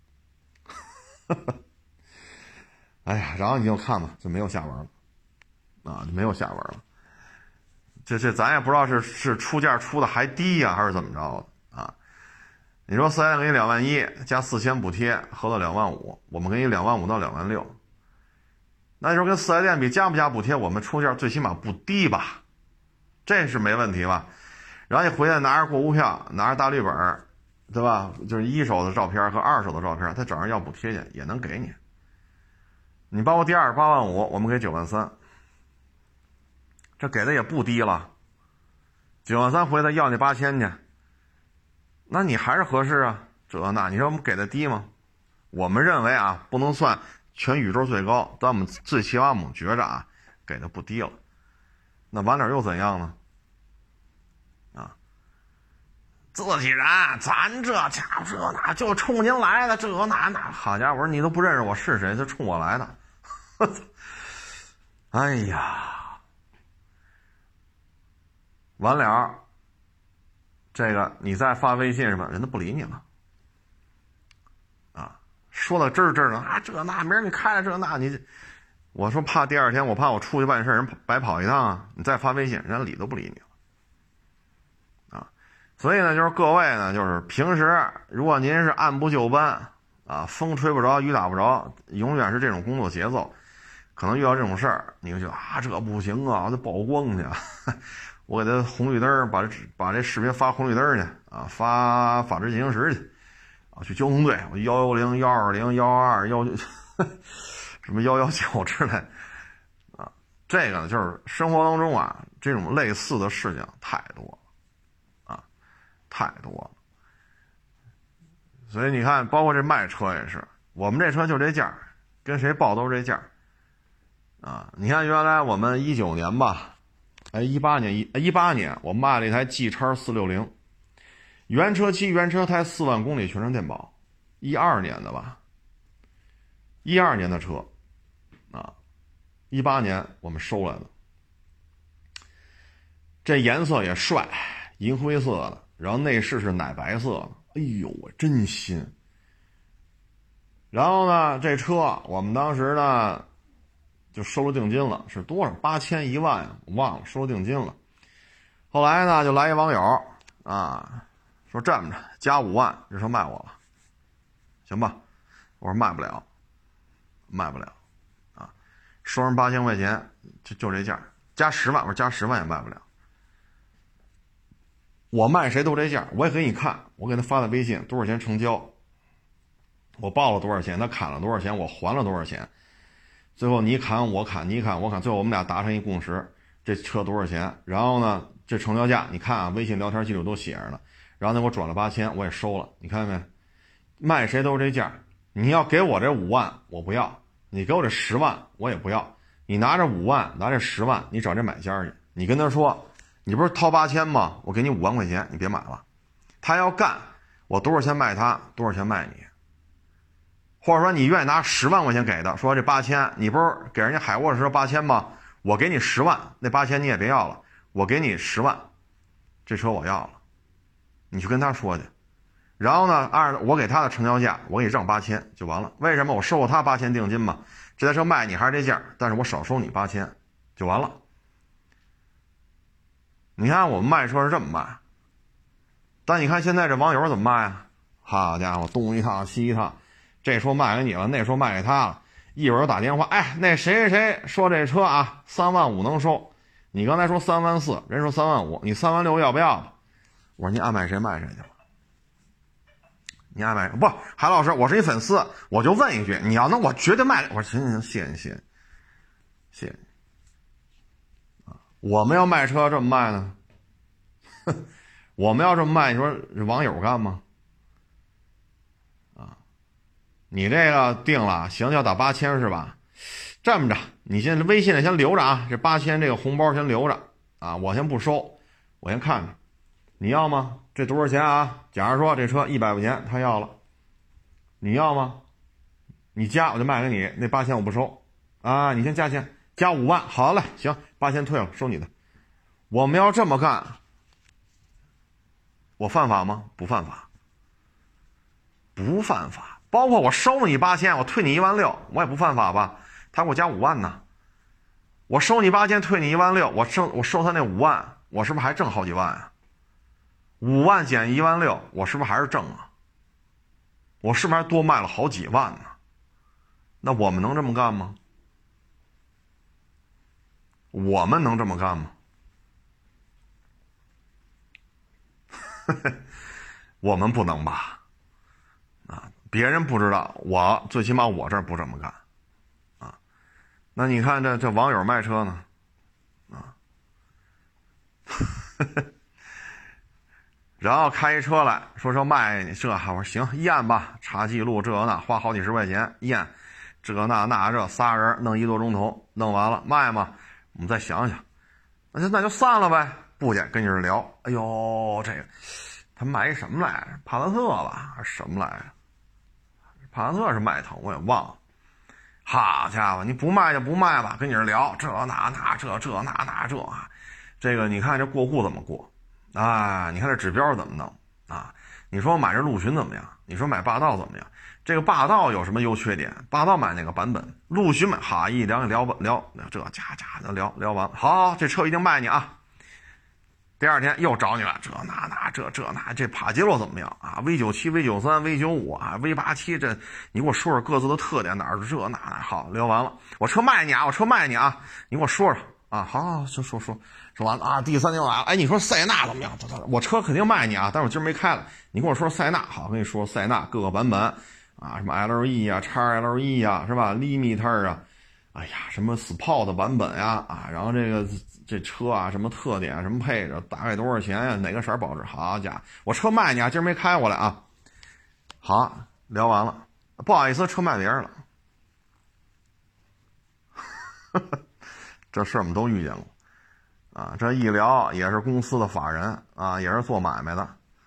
哎呀，然后你就看吧，就没有下文了啊，就没有下文了。这咱也不知道是出价出的还低呀，还是怎么着的啊？你说4S给你2万1加4000补贴，合到2万5，我们给你2万5到2万6，那你说跟4S店比加不加补贴？我们出价最起码不低吧，这是没问题吧？然后你回来拿着过户票，拿着大绿本，对吧？就是1手的照片和2手的照片，他找人要补贴去也能给你你报第二8万5，我们给9万3，这给的也不低了。9万3回来要那8000去，那你还是合适啊？这那你说我们给的低吗？我们认为啊，不能算全宇宙最高，但我们最起码我们觉着啊，给的不低了。那晚点又怎样呢？啊，自己人，咱这家伙这那就冲您来的，这那好家伙，你都不认识我是谁，就冲我来的。哎呀，完了，这个你再发微信什么，人都不理你了。啊，说的真的啊，这那没人你开了这那你，我说怕第二天我怕我出去办事人白跑一趟啊，你再发微信，人家理都不理你了。所以呢，就是各位呢，就是平时如果您是按部就班啊，风吹不着雨打不着，永远是这种工作节奏，可能遇到这种事儿，你就觉得啊，这不行啊，我得曝光去，我给他红绿灯，把这视频发红绿灯去啊，发法制进行时去啊，去交通队，我110、120、122、什么119之类啊，这个呢，就是生活当中啊，这种类似的事情太多了。太多了，所以你看，包括这卖车也是，我们这车就这价，跟谁报都是这价，啊，你看原来我们19年吧，18年我卖了一台 G-X 460，原车漆原车胎4万公里全程电保，12年的吧，12年的车，啊，18年我们收来的，这颜色也帅，银灰色的。然后内饰是奶白色的，哎呦，我真新。然后呢，这车我们当时呢就收了定金了，是多少？8000、1万呀，我忘了，收了定金了。后来呢，就来一网友啊，说这么着加5万，这车卖我了，行吧？我说卖不了，啊，收人8000块钱，就这价，加10万，我说加10万也卖不了。我卖谁都这价，我也给你看，我给他发的微信多少钱成交，我报了多少钱，他砍了多少钱，我还了多少钱，最后你砍我砍，你砍我砍，最后我们俩达成一共识，这车多少钱，然后呢这成交价你看啊，微信聊天记录都写着呢，然后呢我转了8000，我也收了，你看见没？卖谁都是这价，你要给我这5万我不要，你给我这10万我也不要，你拿着5万拿这10万你找这买家去，你跟他说你不是掏8000吗？我给你5万块钱，你别买了。他要干，我多少钱卖他，多少钱卖你。或者说你愿意拿10万块钱给他，说这8000，你不是给人家海沃士8000吗？我给你10万，那8000你也别要了，我给你10万，这车我要了。你去跟他说去。然后呢，按我给他的成交价，我给你挣8000就完了。为什么？我收了他8000定金嘛，这台车卖你还是这价，但是我少收你8000就完了。你看我们卖车是这么卖，但你看现在这网友怎么卖啊？好家伙，东一趟西一趟，这说卖给你了，那说卖给他了，一会儿又打电话，哎，那谁谁谁说这车啊3万5能收，你刚才说3万4，人说3万5，你3万6要不要？我说你爱卖谁卖谁去吧，你爱卖不？海老师，我是一粉丝，我就问一句，你要能我绝对卖。我说行，谢谢谢谢你。我们要卖车这么卖呢？我们要这么卖，你说网友干吗？啊，你这个定了，行，要打8000是吧？这么着，你先微信里先留着啊，这8000这个红包先留着啊，我先不收，我先看着，你要吗？这多少钱啊？假如说这车100块钱，他要了，你要吗？你加我就卖给你，那8000我不收啊，你先加钱。加5万，好嘞，行，8000退了，收你的。我们要这么干，我犯法吗？不犯法，不犯法。包括我收你8000，我退你1万6，我也不犯法吧？他给我加5万呢，我收你8000，退你1万6，我收他那5万，我是不是还挣好几万啊？5万减1万6，我是不是还是挣啊？我是不是还多卖了好几万呢？那我们能这么干吗？我们能这么干吗？我们不能吧？啊，别人不知道，最起码我这儿不这么干，啊， 那你看这网友卖车呢，啊，然后开一车来说卖你这，我说行验吧，查记录这那，花好几十块钱验，这这仨人弄1多钟头，弄完了卖吗？我们再想想，那就散了呗。不去跟你这聊，哎呦，这个他卖一什么来着？帕萨特吧，还是什么来着？帕萨特是迈腾，我也忘了。好家伙，你不卖就不卖吧，跟你这聊这这个你看这过户怎么过啊？你看这指标怎么弄啊？你说买这陆巡怎么样？你说买霸道怎么样？这个霸道有什么优缺点？霸道买哪个版本？陆巡买好一聊这聊完了，好，这车一定卖你啊！第二天又找你了，这帕杰罗怎么样啊 ？V97、V93、V95啊，V87，这你给我说说各自的特点，哪儿这那好，聊完了，我车卖你啊，你给我说说啊，好，说完了啊，第三天来了，哎，你说塞纳怎么样？我车肯定卖你啊，但是我今儿没开了，你跟我说塞纳，好，跟你说塞纳各个版本啊，什么 LE 啊、XLE 啊，是吧 ？Limiter 啊，哎呀，什么 Sport 版本呀啊，然后这车啊，什么特点，什么配置，大概多少钱呀？哪个色保值？好家伙，我车卖你啊，今儿没开过来啊。好，聊完了，不好意思，车卖别人了。这事我们都遇见过啊。这一聊也是公司的法人啊，也是做买卖的。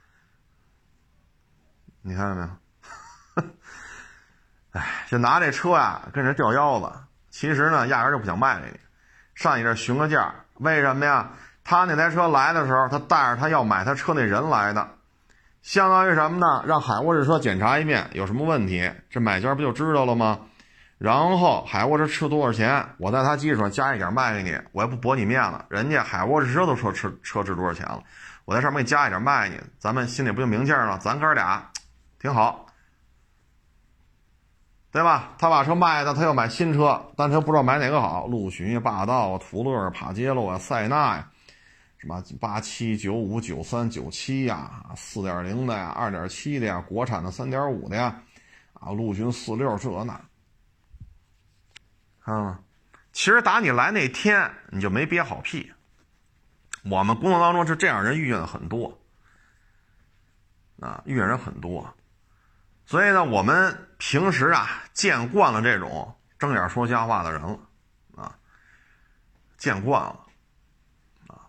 你看见没有？哎，就拿这车呀跟人吊腰子，其实呢压根就不想卖给你，上你这询个价。为什么呀？他那台车来的时候，他带着他要买他车那人来的，相当于什么呢？让海沃士车检查一遍有什么问题，这买家不就知道了吗？然后海沃士吃多少钱，我在他基础上加一点卖给你，我也不驳你面子，人家海沃士车都说车值多少钱了，我在上面给你加一点卖你，咱们心里不就明镜了？咱哥俩挺好，对吧？他把车卖的，他要买新车，但他又不知道买哪个好，陆巡呀、霸道啊、途乐、帕杰罗啊、塞纳呀，什么87、95、93、97呀，4.0的呀、2.7的呀，国产的3.5的呀，啊，陆巡46这那，看到吗？其实打你来那天你就没憋好屁。我们工作当中是这样人遇见的很多，啊，遇见人很多。所以呢，我们平时啊见惯了这种睁眼说瞎话的人了，啊，见惯了，啊，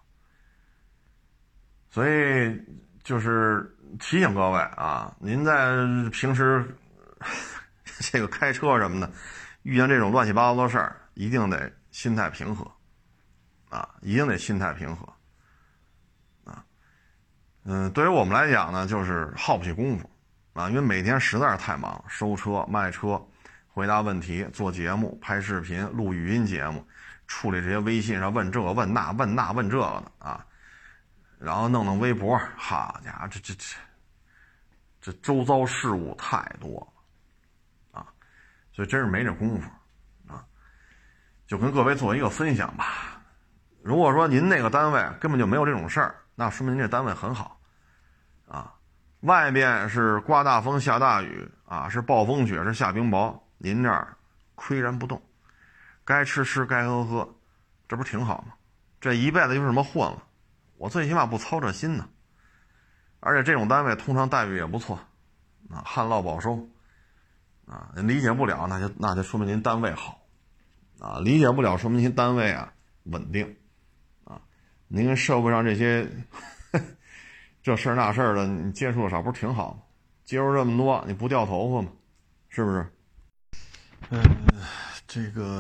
所以就是提醒各位啊，您在平时这个开车什么的，遇见这种乱七八糟的事儿，一定得心态平和，啊，一定得心态平和，啊，对于我们来讲呢，就是耗不起功夫。啊，因为每天实在是太忙，收车、卖车、回答问题、做节目、拍视频、录语音节目、处理这些微信上问这个问那问这个的啊，然后弄微博，好家伙，这周遭事务太多了啊，所以真是没这功夫啊。就跟各位做一个分享吧。如果说您那个单位根本就没有这种事儿，那说明您这单位很好啊。外边是刮大风下大雨啊，是暴风雪是下冰雹，您这儿岿然不动，该吃吃该喝喝，这不挺好吗？这一辈子就这么混了，我最起码不操这心呢。而且这种单位通常待遇也不错啊，旱涝保收啊，理解不了那就说明您单位好啊，理解不了说明您单位啊稳定啊，您跟社会上这些这事儿那事儿的，你接触的少，不是挺好吗？接触这么多，你不掉头发吗？是不是？这个，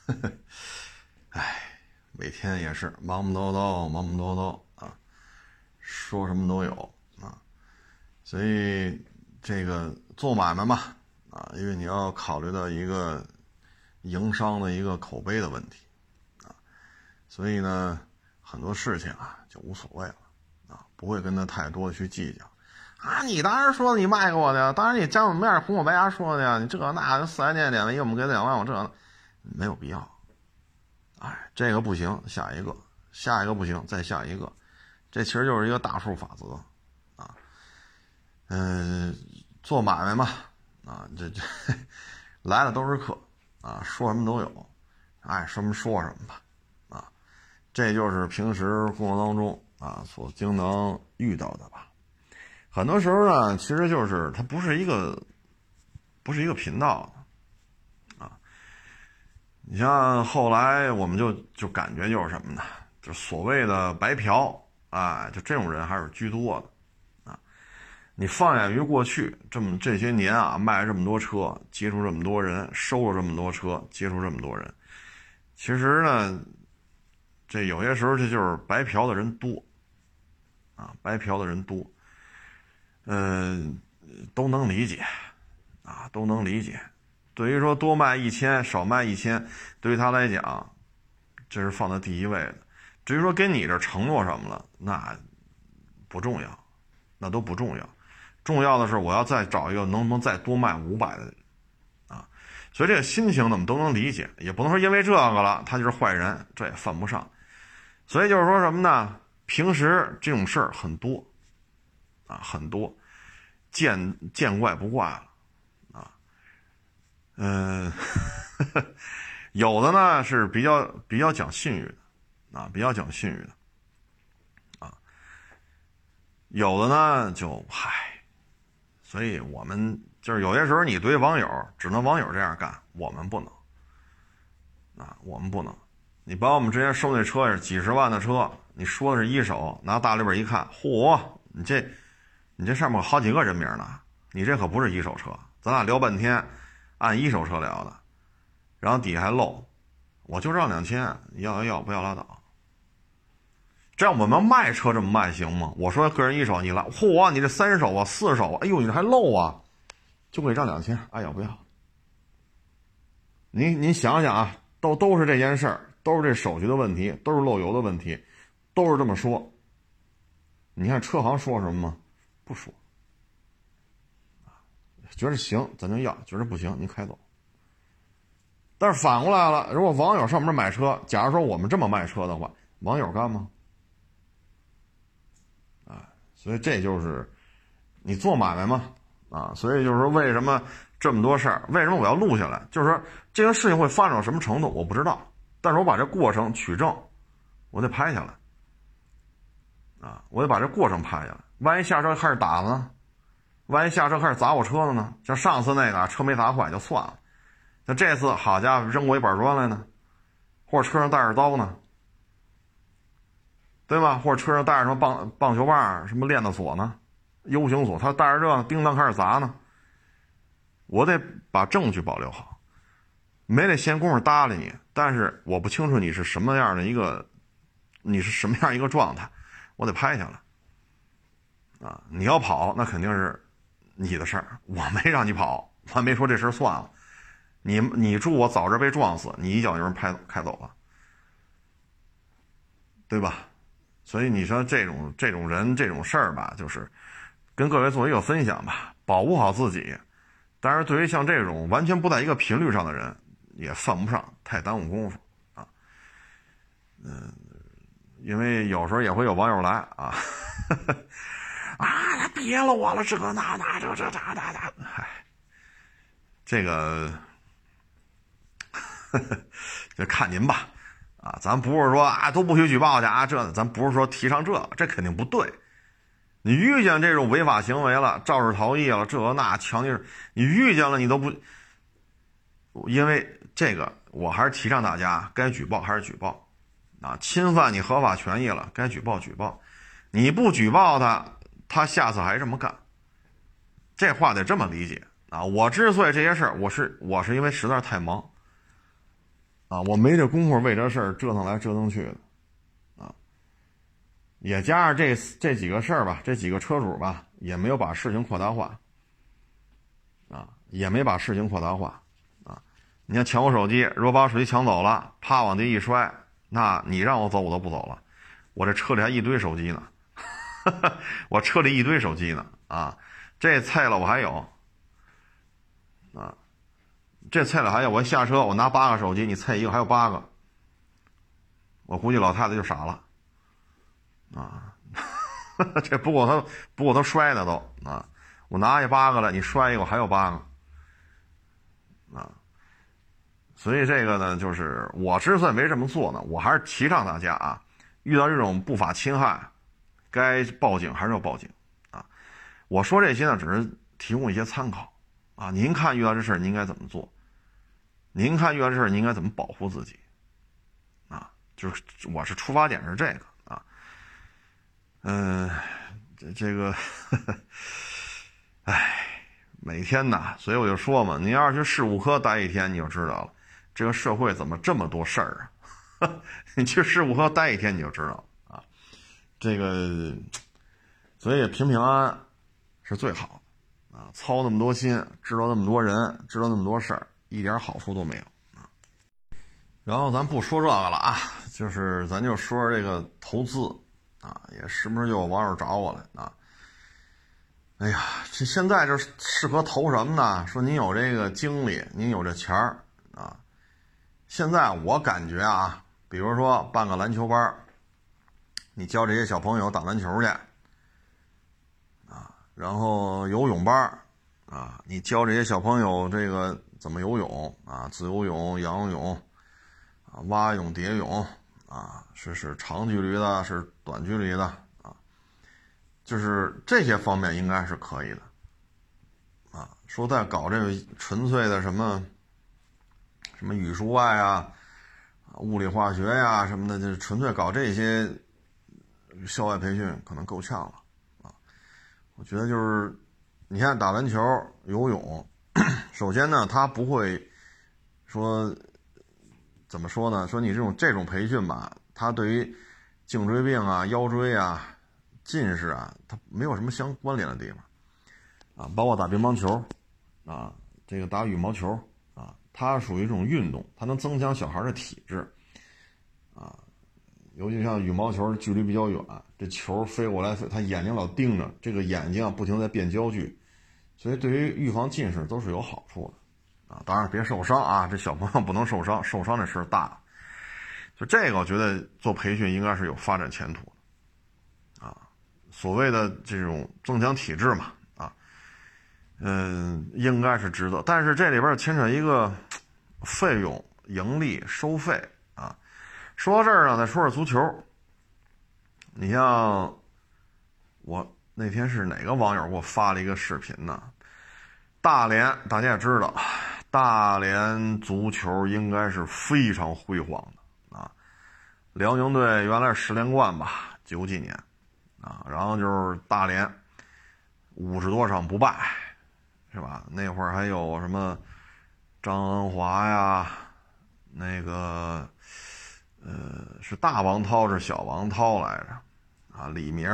哎，每天也是忙忙叨叨啊，说什么都有啊，所以这个做买卖嘛，啊，因为你要考虑到一个营商的一个口碑的问题啊，所以呢，很多事情啊就无所谓了。啊，不会跟他太多的去计较，啊，你当然说你卖给我的呀，当然你沾我面红我白牙说的呀，你这那4S店点了一个，我们给2万，我这没有必要，哎，这个不行，下一个不行，再下一个，这其实就是一个大数法则啊，做买卖嘛，啊，这来了都是客啊，说什么都有， 爱什么说什么吧，啊，这就是平时工作当中啊所经常遇到的吧。很多时候呢，其实就是它不是一个频道啊。你像后来我们就感觉就是什么呢？就所谓的白嫖啊，就这种人还是居多的啊。你放眼于过去这些年啊，卖了这么多车，接触这么多人，收了这么多车，接触这么多人，其实呢，这有些时候这就是白嫖的人多啊，白嫖的人多，都能理解啊，都能理解。对于说多卖1000少卖1000，对于他来讲，这是放在第一位的。至于说跟你这承诺什么了，那不重要，那都不重要。重要的是我要再找一个能不能再多卖500的人啊。所以这个心情呢，我们都能理解，也不能说因为这个了他就是坏人，这也犯不上。所以就是说什么呢？平时这种事儿很多啊，很多，见怪不怪了啊。有的呢是比较讲信誉的啊，比较讲信誉的啊，有的呢就所以我们就是有些时候你对网友只能网友这样干，我们不能啊，我们不能。你把我们之前收那车是几十万的车，你说的是一手，拿大里边一看，嚯，你这上面有好几个人名呢，你这可不是一手车，咱俩聊半天按一手车聊的，然后底下还漏，我就让2000，要不要拉倒。这样我们卖车这么卖行吗？我说个人一手你拉，嚯，你这3手啊4手啊，哎呦你这还漏啊，就给让2000，爱要不要？您想想啊，都是这件事儿，都是这手续的问题，都是漏油的问题，都是这么说。你看车行说什么吗？不说。觉得行咱就要，觉得不行您开走。但是反过来了，如果网友上我们这买车，假如说我们这么卖车的话，网友干吗？所以这就是你做买卖嘛啊，所以就是说为什么这么多事儿，为什么我要录下来？就是说这个事情会发展到什么程度我不知道，但是我把这过程取证，我得拍下来啊，我得把这过程拍下来。万一下车开始打呢？万一下车开始砸我车了呢？像上次那个车没砸坏就算了，那这次好家伙扔过一板砖来呢，或者车上带着刀呢？对吧？或者车上带着什么棒球棒、什么链子锁呢、U 型锁，他带着这叮当开始砸呢。我得把证据保留好，没得闲工夫搭理你。但是我不清楚你是什么样一个状态，我得拍下来啊。你要跑，那肯定是你的事儿，我没让你跑，我还没说这事儿算了。你祝我早日被撞死，你一脚就开走了，对吧？所以你说这种人这种事儿吧，就是跟各位做一个分享吧，保护好自己。但是对于像这种完全不在一个频率上的人，也犯不上太耽误功夫啊。因为有时候也会有网友来啊，啊，他别了我了，这这个就看您吧。啊，咱不是说啊都不许举报去啊，咱不是说提倡这肯定不对。你遇见这种违法行为了，肇事逃逸了，强奸，你遇见了你都不，因为这个我还是提倡大家该举报还是举报啊，侵犯你合法权益了该举报，你不举报他下次还这么干，这话得这么理解啊。我之所以这些事儿，我是因为实在是太忙。啊，我没这功夫为这事儿折腾来折腾去的，啊，也加上这几个事儿吧，这几个车主吧，也没有把事情扩大化，啊，啊，你看抢我手机，如果把我手机抢走了，啪往地一摔，那你让我走我都不走了，我这车里还一堆手机呢，我车里一堆手机呢，啊，这菜了我还有，啊。这菜了还有，我下车我拿8个手机，你菜一个还有8个，我估计老太太就傻了啊！这不过他摔的都啊，我拿下8个了，你摔一个我还有8个啊， 所以这个呢，就是我之所以没这么做呢，我还是提倡大家啊，遇到这种不法侵害，该报警还是要报警啊。我说这些呢，只是提供一些参考啊。您看遇到这事儿您应该怎么做？您看遇到这事儿您应该怎么保护自己？啊，就是我是出发点是这个啊。这个，唉，每天呐，所以我就说嘛，您要是去事务科待一天，你就知道了，这个社会怎么这么多事儿啊？你去事务科待一天，你就知道了啊。这个，所以平平安安是最好的啊。操那么多心，知道那么多人，知道那么多事儿，一点好处都没有啊。然后咱不说这个了啊，就是咱就说说这个投资啊，也时不时就有网友找我来啊。哎呀，这现在这适合投什么呢？说您有这个精力，您有这钱儿啊。现在我感觉啊，比如说办个篮球班，你教这些小朋友打篮球去啊，然后游泳班啊，你教这些小朋友这个怎么游泳啊，自由泳、仰泳啊、蛙泳、蝶泳啊，是长距离的，是短距离的啊，就是这些方面应该是可以的啊。说再搞这个纯粹的什么语数外啊、物理化学呀什么的，就是纯粹搞这些校外培训可能够呛了啊。我觉得就是你看打篮球、游泳，首先呢，他不会说怎么说呢？说你这种培训吧，它对于颈椎病啊、腰椎啊、近视啊，它没有什么相关联的地方啊。包括打乒乓球啊，这个打羽毛球啊，它属于一种运动，它能增强小孩的体质啊。尤其像羽毛球距离比较远，这球飞过来，他眼睛老盯着，这个眼睛不停在变焦距，所以对于预防近视都是有好处的啊。当然别受伤啊，这小朋友不能受伤，受伤这事大。就这个我觉得做培训应该是有发展前途的啊。所谓的这种增强体质嘛啊，应该是值得。但是这里边牵扯一个费用、盈利、收费啊。说到这儿呢，再说说足球。你像我那天是哪个网友给我发了一个视频呢？大连大家也知道，大连足球应该是非常辉煌的啊。辽宁队原来是10连冠吧，90几年啊，然后就是大连50多场不败，是吧？那会儿还有什么张恩华呀，那个是大王涛是小王涛来着啊，李明，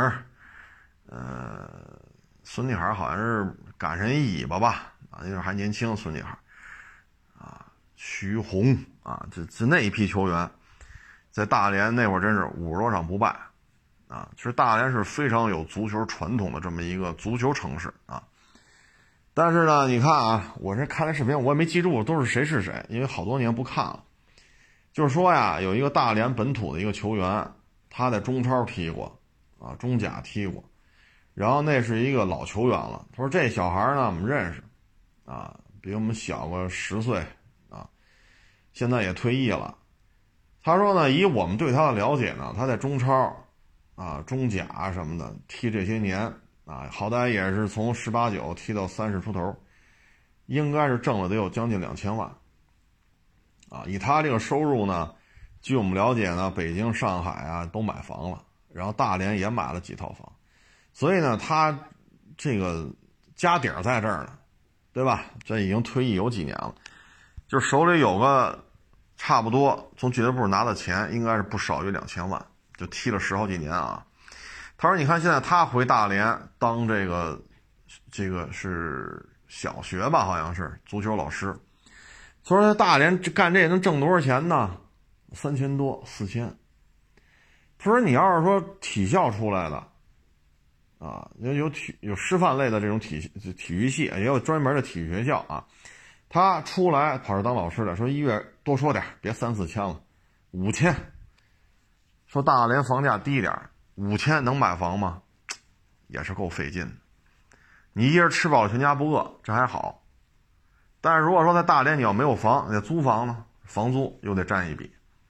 孙继海好像是赶上一尾巴吧啊，那时候还年轻，孙继海啊，徐宏啊，这那一批球员，在大连那会儿真是50多场不败啊。其实大连是非常有足球传统的这么一个足球城市啊。但是呢，你看啊，我这看的视频我也没记住都是谁，因为好多年不看了。就是说呀，有一个大连本土的一个球员，他在中超踢过啊，中甲踢过，然后那是一个老球员了。他说这小孩呢我们认识啊，比我们小个10岁啊，现在也退役了。他说呢，以我们对他的了解呢，他在中超啊、中甲什么的踢这些年啊，好歹也是从18、19踢到30出头，应该是挣了得有将近2000万啊。以他这个收入呢，据我们了解呢，北京、上海啊都买房了，然后大连也买了几套房，所以呢，他这个家底儿在这儿呢，对吧？这已经退役有几年了，就手里有个差不多从俱乐部拿的钱应该是不少于2000万，就踢了10好几年啊。他说你看现在他回大连当这个是小学吧，好像是足球老师。他说在大连干这能挣多少钱呢？3000多4000。他说你要是说体校出来的啊，有师范类的这种体育系，也有专门的体育学校啊，他出来跑这当老师的，说1月多说点，别3、4千了，5000。说大连房价低点，5000能买房吗？也是够费劲的。你一人吃饱了全家不饿，这还好。但是如果说在大连你要没有房，你得租房呢， 房租又得占一笔。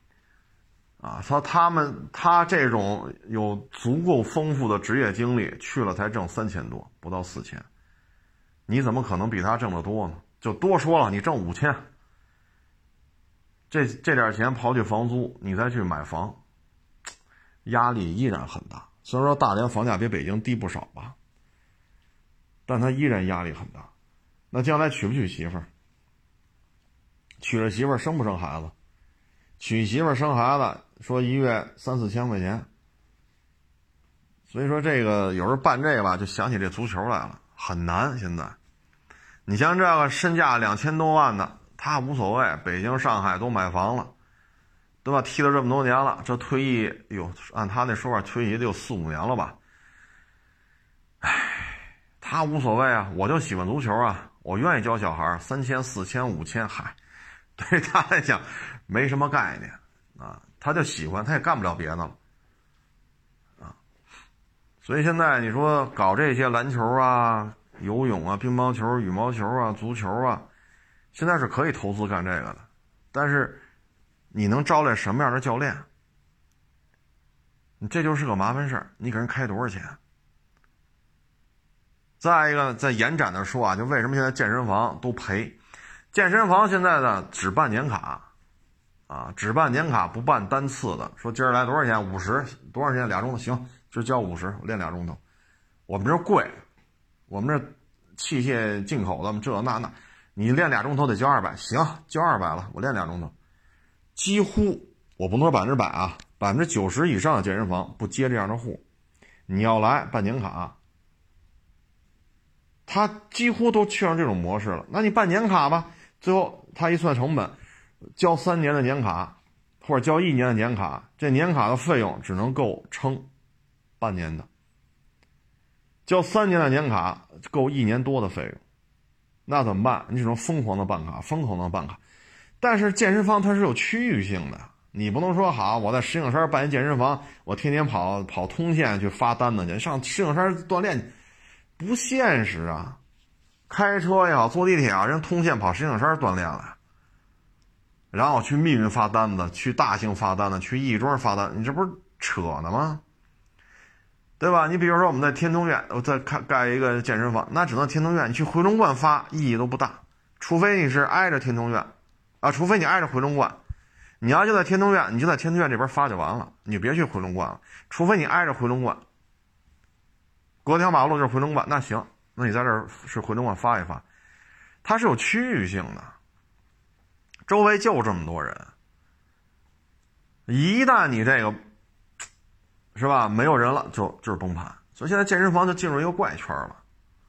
他这种有足够丰富的职业经历，去了才挣3000多，不到4000，你怎么可能比他挣得多呢？就多说了，你挣5000，这点钱刨去房租，你再去买房，压力依然很大。虽然说大连房价比北京低不少吧，但他依然压力很大。那将来娶不娶媳妇儿？娶了媳妇儿生不生孩子？娶媳妇儿生孩子，说1月3、4千块钱。所以说这个有时候办这个吧，就想起这足球来了，很难。现在你像这个身价2000多万的，他无所谓，北京上海都买房了，对吧？踢了这么多年了，这退役按他那说法退役得有4、5年了吧。他无所谓啊，我就喜欢足球啊，我愿意教小孩3000、4000、5000，对他来讲没什么概念啊，他就喜欢，他也干不了别的了啊。所以现在你说搞这些篮球啊、游泳啊、乒乓球、羽毛球啊、足球啊，现在是可以投资干这个的，但是你能招来什么样的教练？你这就是个麻烦事儿，你给人开多少钱？再一个，再延展的说啊，就为什么现在健身房都赔？健身房现在呢只办年卡啊，只办年卡不办单次的。说今儿来多少钱？50，多少钱？2钟头行，今儿交50，我练2钟头。我们这贵，我们这器械进口的，这那，你练2钟头得交200，行，交200了，我练2钟头。几乎我不能说100%啊，90%以上的健身房不接这样的户。你要来办年卡，他几乎都去上这种模式了。那你办年卡吧，最后他一算成本，交3年的年卡或者交1年的年卡，这年卡的费用只能够撑半年的，交3年的年卡够1年多的费用，那怎么办？你只能疯狂的办卡，疯狂的办卡。但是健身房它是有区域性的，你不能说好我在石景山办一健身房，我天天跑通县去发单子去，上石景山锻炼不现实啊！开车也好，坐地铁啊，人通县跑石景山锻炼了，然后去密云发单子，去大兴发单子，去亦庄发单子，你这不是扯呢吗？对吧？你比如说我们在天通苑，我再盖一个健身房，那只能天通苑，你去回龙观发意义都不大，除非你是挨着天通苑啊，除非你挨着回龙观。你要就在天通苑，你就在天通苑这边发就完了，你就别去回龙观了，除非你挨着回龙观。隔条马路就是回龙观，那行，那你在这儿是回龙观发一发，它是有区域性的，周围就这么多人，一旦你这个是吧没有人了，就是崩盘。所以现在健身房就进入一个怪圈了，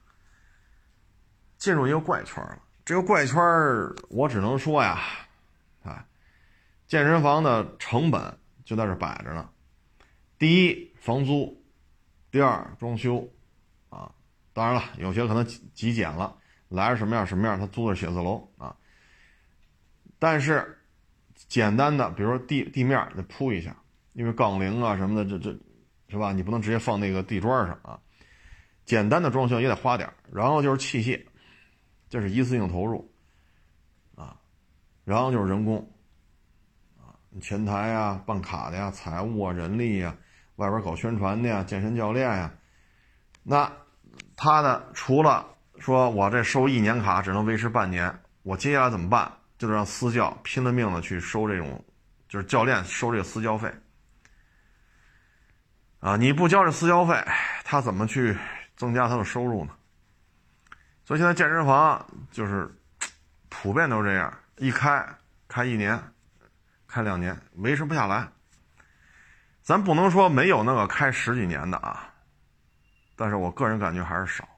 这个怪圈我只能说呀，健身房的成本就在这摆着呢。第一，房租；第二，装修啊。当然了，有些可能极简了，来什么样什么样，他租的写字楼啊。但是简单的，比如说地面得铺一下，因为杠铃啊什么的，这是吧？你不能直接放那个地砖上啊。简单的装修也得花点，然后就是器械，这是一次性投入啊，然后就是人工。前台啊，办卡的呀，财务啊，人力啊，外边搞宣传的呀，健身教练呀，那他的除了说我这收1年卡只能维持半年，我接下来怎么办？就得让私教拼了命的去收这种，就是教练收这个私教费啊！你不交这私教费，他怎么去增加他的收入呢？所以现在健身房就是普遍都这样，一开1年。开2年维持不下来，咱不能说没有那个开10几年的啊，但是我个人感觉还是少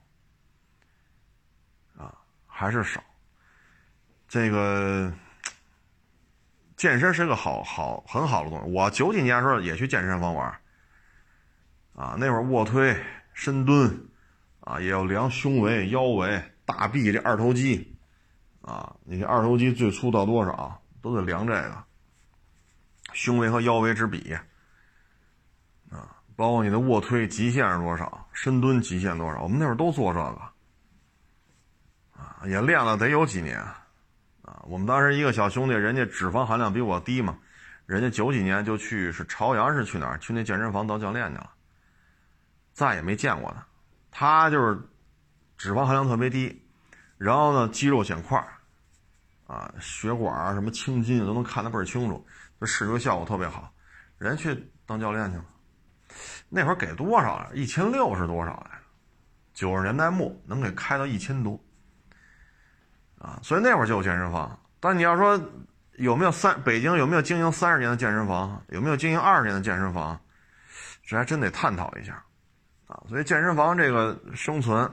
啊，还是少。这个健身是一个很好的东西。我90几年的时候也去健身房玩啊，那会儿卧推、深蹲啊，也要量胸围、腰围、大臂这二头肌啊，你这二头肌最粗到多少，都得量这个。胸围和腰围之比啊，包括你的卧推极限是多少，深蹲极限多少，我们那会儿都做这个啊，也练了得有几年啊， 我们当时一个小兄弟，人家脂肪含量比我低嘛，人家90几年就去是朝阳是去哪儿？去那健身房当教练去了，再也没见过他。他就是脂肪含量特别低，然后呢肌肉显块血管啊什么青筋都能看得倍儿清楚，这视觉效果特别好。人去当教练去了，那会儿给多少啊？1600是多少来着？90年代末能给开到1000多所以那会儿就有健身房。但你要说有没有北京有没有经营30年的健身房，有没有经营20年的健身房，这还真得探讨一下所以健身房这个生存，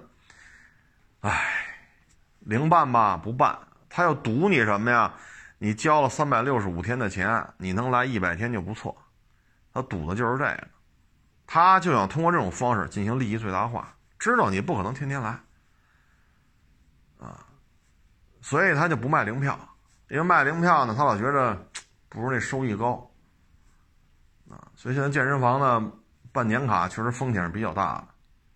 零办吧不办，他要赌你什么呀？你交了365天的钱，你能来100天就不错。他赌的就是这个，他就想通过这种方式进行利益最大化，知道你不可能天天来所以他就不卖零票。因为卖零票呢，他老觉着不如那收益高所以现在健身房呢办年卡确实风险是比较大的，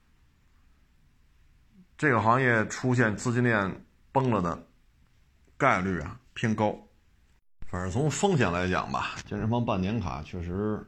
这个行业出现资金链崩了的概率偏高。反正从风险来讲吧，健身房办年卡确实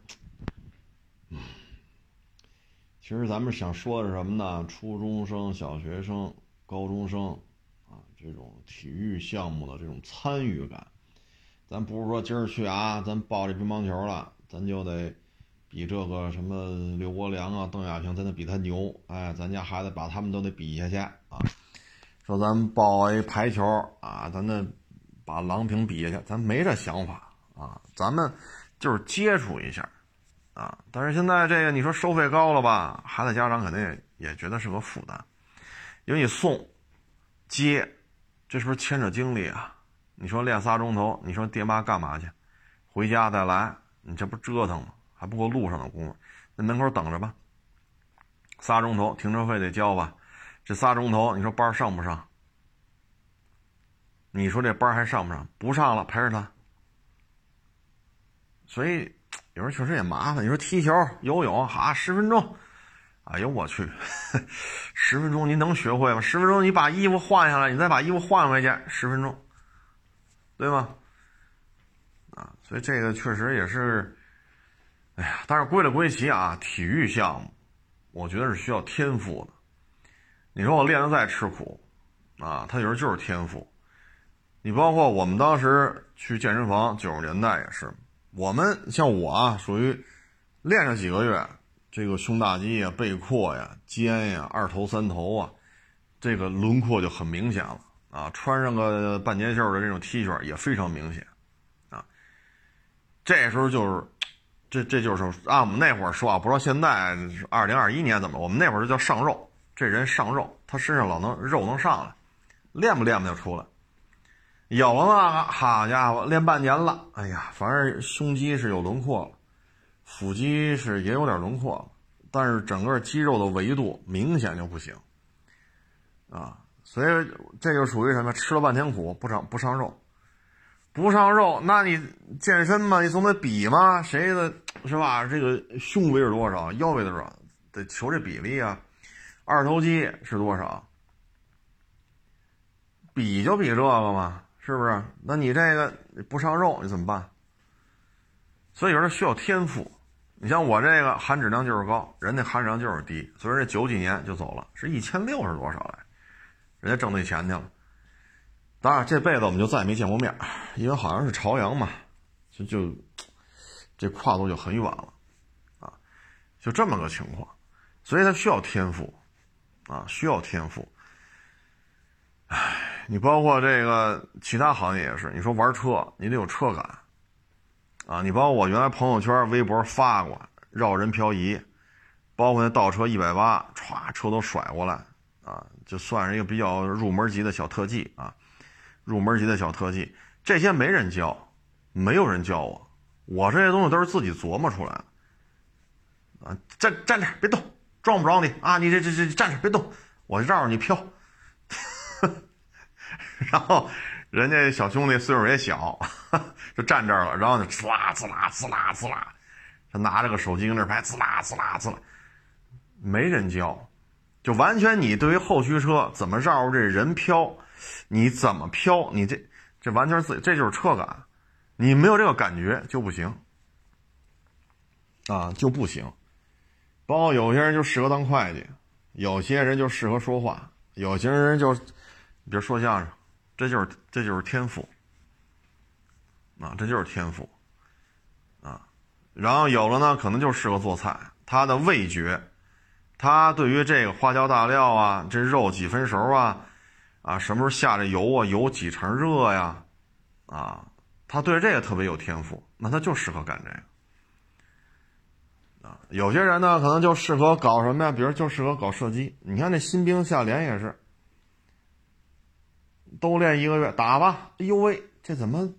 其实咱们想说的是什么呢？初中生、小学生、高中生这种体育项目的这种参与感，咱不是说今儿去咱报这乒乓球了，咱就得比这个什么刘国梁邓亚萍，咱得比他牛，咱家孩子把他们都得比下去说咱们报一排球咱得把郎平比下去，咱没这想法咱们就是接触一下但是现在这个你说收费高了吧，孩子家长肯定也觉得是个负担，因为你送接这是不是牵扯精力你说练3钟头，你说爹妈干嘛去？回家再来，你这不折腾吗？还不够路上的功夫，在门口等着吧。3钟头停车费得交吧，这3钟头你说班上不上？你说这班还上不上？不上了陪着他。所以有时候确实也麻烦。你说踢球游泳10分钟，哎呦我去10分钟您能学会吗？10分钟你把衣服换下来，你再把衣服换回去10分钟，对吗？所以这个确实也是但是归了归齐体育项目我觉得是需要天赋的。你说我练得再吃苦他有时候就是天赋。你包括我们当时去健身房90年代也是，我们像我属于练上几个月，这个胸大肌背阔肩二头三头这个轮廓就很明显了穿上个半截袖的这种 T 恤也非常明显这时候就是这就是按我们那会儿说不知道现在2021年怎么，我们那会儿就叫上肉，这人上肉，他身上肉能上来，练不练不就出来。有了那个好家伙练半年了，反正胸肌是有轮廓了，腹肌是也有点轮廓了，但是整个肌肉的维度明显就不行所以这就属于什么？吃了半天苦不上肉，不上肉，那你健身嘛，你总得比嘛，谁的是吧？这个胸围是多少，腰围是多少，得求这比例二头肌是多少，比就比这个嘛，是不是？那你这个不上肉你怎么办？所以有时候需要天赋。你像我这个含脂量就是高，人家含脂量就是低，所以这90几年就走了，是1600是多少来？人家挣那钱去了。当然这辈子我们就再也没见过面，因为好像是朝阳嘛，就这跨度就很远了就这么个情况。所以它需要天赋需要天赋。你包括这个其他行业也是，你说玩车你得有车感你包括我原来朋友圈微博发过绕人漂移，包括那倒车180歘车都甩过来就算是一个比较入门级的小特技入门级的小特技，这些没人教，没有人教我这些东西都是自己琢磨出来的站着别动，撞不着你你这站着别动，我绕着你飘然后人家小兄弟岁数也小就站这儿了，然后就呲啦呲啦呲啦呲啦，他拿着个手机跟这拍呲啦呲啦呲啦，没人教，就完全你对于后驱车怎么绕着这人飘，你怎么飘，你这完全自己，这就是车感，你没有这个感觉就不行啊，就不行。包括有些人就适合当会计，有些人就适合说话，有些人就比如说相声，这就是天赋啊，这就是天赋啊。然后有了呢，可能就适合做菜，他的味觉，他对于这个花椒大料啊，这肉几分熟啊，什么时候下这油啊，油几成热呀，他对这个特别有天赋，那他就适合干这个。有些人呢，可能就适合搞什么呀？比如就适合搞射击。你看那新兵下连也是，都练1个月，打吧。哎呦喂，这怎么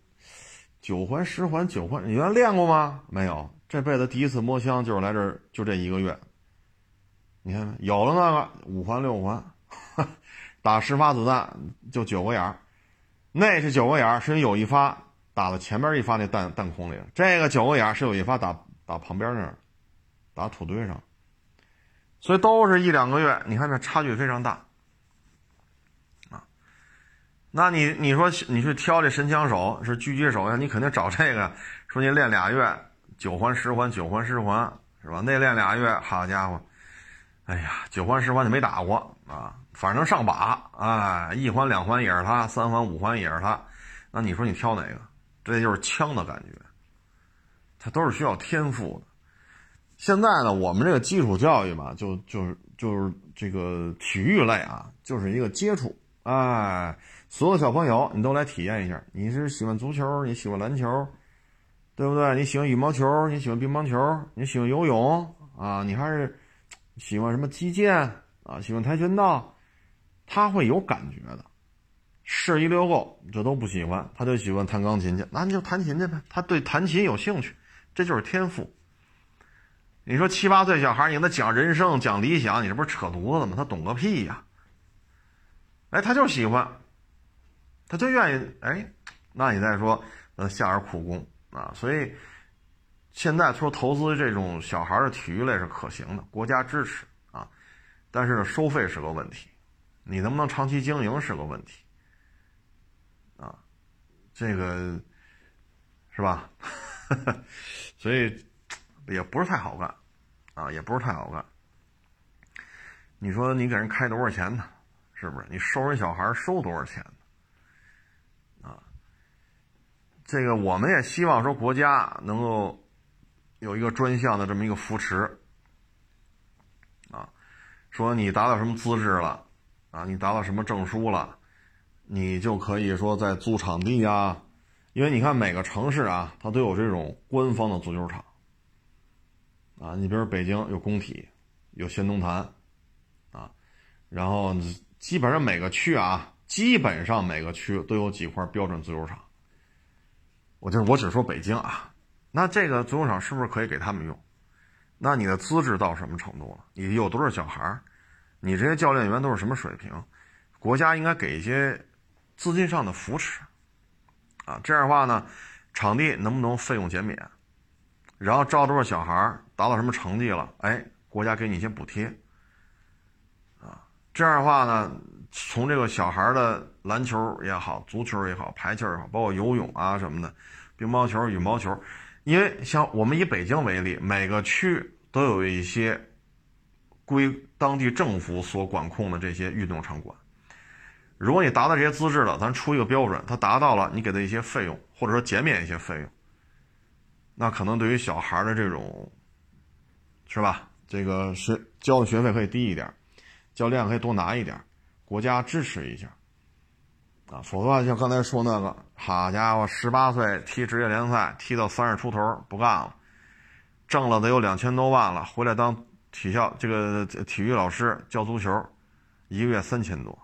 9环10环9环？你原来练过吗？没有，这辈子第一次摸枪就是来这儿，就这1个月。你看有了那个5环6环，打10发子弹就9个眼，那是9个眼，是有一发打到前面一发那弹孔里了。这个9个眼是有一发打旁边那儿。打土堆上，所以都是1、2个月，你看这差距非常大啊。那你说你去挑这神枪手是狙击手呀，你肯定找这个，说你练2月9环10环9环10环是吧？那练2月，好家伙，哎呀，9环10环就没打过啊，反正上把，哎，1环2环也是他，3环5环也是他，那你说你挑哪个？这就是枪的感觉，它都是需要天赋的。现在呢，我们这个基础教育嘛，就是这个体育类啊，就是一个接触，哎，所有小朋友你都来体验一下。你是喜欢足球，你喜欢篮球，对不对？你喜欢羽毛球，你喜欢乒乓球，你喜欢游泳啊，你还是喜欢什么击剑啊，喜欢跆拳道，他会有感觉的。市一溜够，这都不喜欢，他就喜欢弹钢琴去，那你就弹琴去呗。他对弹琴有兴趣，这就是天赋。你说7、8岁小孩，你跟他讲人生、讲理想，你这不是扯犊子吗？他懂个屁呀！哎，他就喜欢，他就愿意。哎，那你再说，下点苦功啊。所以现在说投资这种小孩的体育类是可行的，国家支持啊，但是收费是个问题，你能不能长期经营是个问题啊，这个是吧？所以也不是太好干啊，也不是太好干。你说你给人开多少钱呢？是不是？你收人小孩收多少钱呢？啊，这个我们也希望说国家能够有一个专项的这么一个扶持啊，说你达到什么资质了啊，你达到什么证书了，你就可以说在租场地啊，因为你看每个城市啊，它都有这种官方的足球场啊，你比如北京有工体，有先农坛啊，然后基本上每个区都有几块标准足球场。我只说北京啊，那这个足球场是不是可以给他们用？那你的资质到什么程度了？你有多少小孩？你这些教练员都是什么水平？国家应该给一些资金上的扶持啊，这样的话呢，场地能不能费用减免？然后招多少小孩，达到什么成绩了，哎，国家给你一些补贴啊，这样的话呢，从这个小孩的篮球也好，足球也好，排球也好，包括游泳啊什么的，乒乓球、羽毛球，因为像我们以北京为例，每个区都有一些归当地政府所管控的这些运动场馆。如果你达到这些资质了，咱出一个标准，它达到了，你给他一些费用，或者说减免一些费用，那可能对于小孩的这种，是吧？这个交的学费可以低一点，教练可以多拿一点，国家支持一下啊，否则的话像刚才说那个，好家伙，18岁踢职业联赛，踢到30出头不干了，挣了得有2000多万了，回来当体育老师教足球，1个月3000多。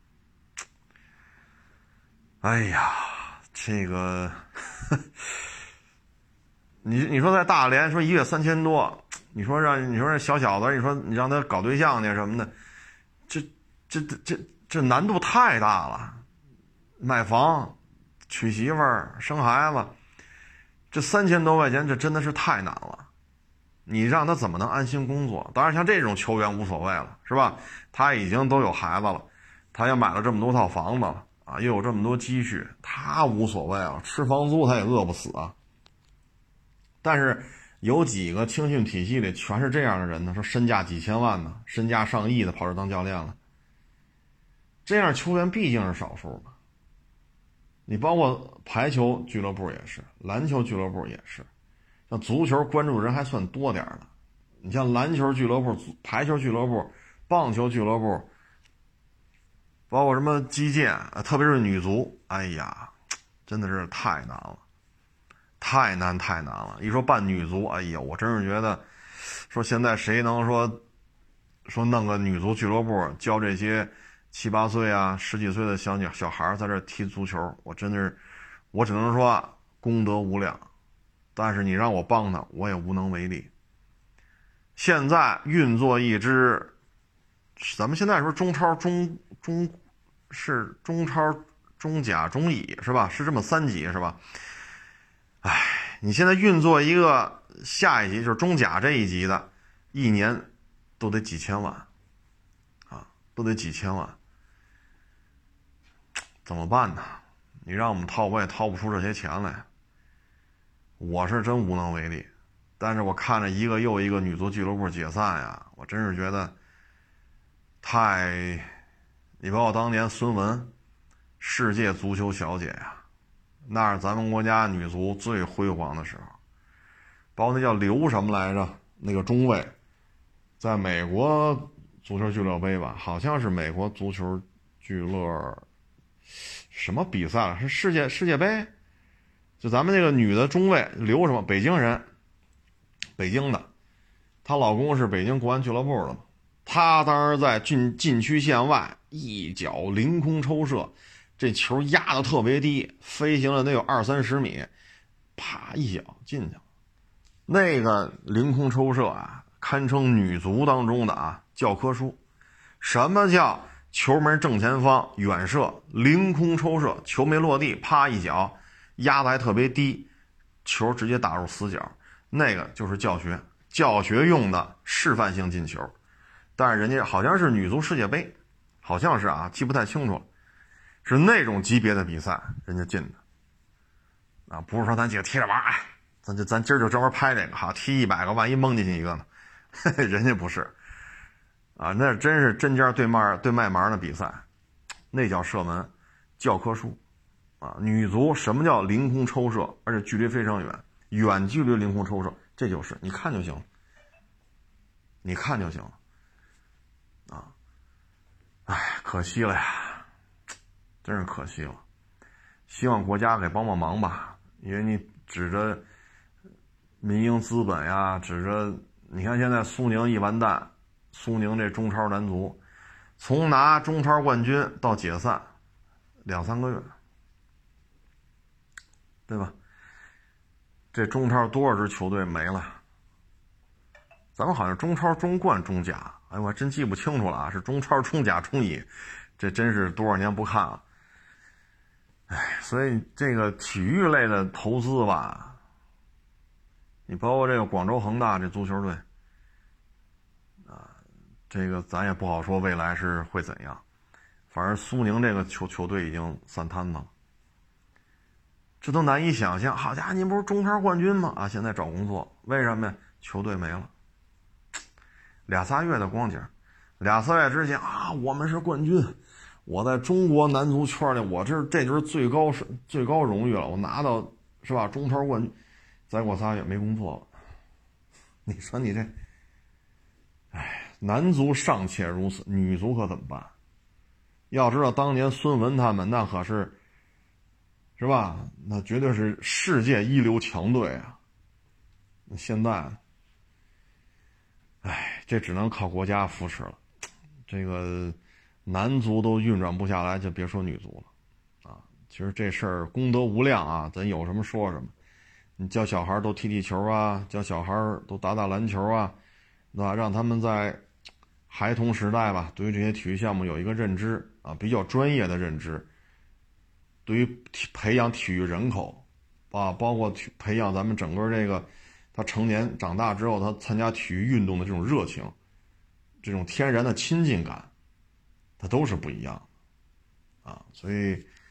哎呀，这个你说在大连说1月3000多，你说这小小子，你让他搞对象去什么的，这难度太大了，买房、娶媳妇儿、生孩子，这3000多块钱，这真的是太难了。你让他怎么能安心工作？当然，像这种球员无所谓了，是吧？他已经都有孩子了，他也买了这么多套房子了啊，又有这么多积蓄，他无所谓啊，吃房租他也饿不死啊。但是有几个青训体系里全是这样的人呢？说身价几千万呢，身价上亿的跑这当教练了，这样球员毕竟是少数嘛。你包括排球俱乐部也是，篮球俱乐部也是，像足球关注人还算多点的。你像篮球俱乐部、排球俱乐部、棒球俱乐部，包括什么击剑，特别是女足，哎呀，真的是太难了，太难了。一说办女足，哎呀，我真是觉得，说现在谁能说弄个女足俱乐部，教这些7、8岁啊、10几岁的小孩在这踢足球，我真的是，我只能说功德无量，但是你让我帮他，我也无能为力。现在运作一支，咱们现在说中超、中超、中甲、中乙是吧？是这么3级是吧？哎，你现在运作一个下一级就是中甲这一级的，一年都得几千万啊，都得几千万，怎么办呢？你让我们掏，我也掏不出这些钱来，我是真无能为力。但是我看着一个又一个女足俱乐部解散呀，我真是觉得你包括当年孙雯世界足球小姐呀，那是咱们国家女足最辉煌的时候。包括那叫刘什么来着，那个中卫，在美国足球俱乐杯吧，好像是美国足球俱乐什么比赛了，是世界杯，就咱们那个女的中卫刘什么，北京人，北京的，她老公是北京国安俱乐部的嘛，她当时在禁区线外一脚凌空抽射，这球压得特别低，飞行了得有20-30米，啪一脚进去了。那个凌空抽射啊，堪称女足当中的教科书。什么叫球门正前方远射凌空抽射，球没落地，啪一脚压得还特别低，球直接打入死角，那个就是教学用的示范性进球。但是人家好像是女足世界杯，好像是记不太清楚了，是那种级别的比赛人家进的不是说咱几个踢着玩，咱今儿就专门拍这个好，踢100个，万一蒙进去一个呢？人家不是那真是针尖对麦芒的比赛，那叫射门教科书女足什么叫凌空抽射，而且距离非常远距离凌空抽射，这就是你看就行了，可惜了呀，真是可惜了。希望国家给帮帮忙吧，因为你指着民营资本呀，指着你看现在苏宁一完蛋，苏宁这中超男足从拿中超冠军到解散2-3个月，对吧？这中超多少支球队没了？咱们好像中超、中冠、中甲，哎，我还真记不清楚了是中超、中甲、中乙，这真是多少年不看了。所以这个体育类的投资吧，你包括这个广州恒大这足球队这个咱也不好说未来是会怎样。反正苏宁这个球队已经散摊子了，这都难以想象。好家伙，您不是中超冠军吗？现在找工作，为什么呀？球队没了，2-3月的光景，2-3月之前我们是冠军，我在中国男足圈里，我这就是最高荣誉了，我拿到是吧中超冠军，再过3月没工作了。你说你这，男足尚且如此，女足可怎么办？要知道当年孙雯他们那可是吧，那绝对是世界一流强队啊。现在这只能靠国家扶持了，这个男足都运转不下来，就别说女足了其实这事儿功德无量咱有什么说什么。你教小孩都踢球教小孩都打篮球让他们在孩童时代吧，对于这些体育项目有一个认知比较专业的认知，对于培养体育人口包括培养咱们整个这个他成年长大之后他参加体育运动的这种热情，这种天然的亲近感，它都是不一样所以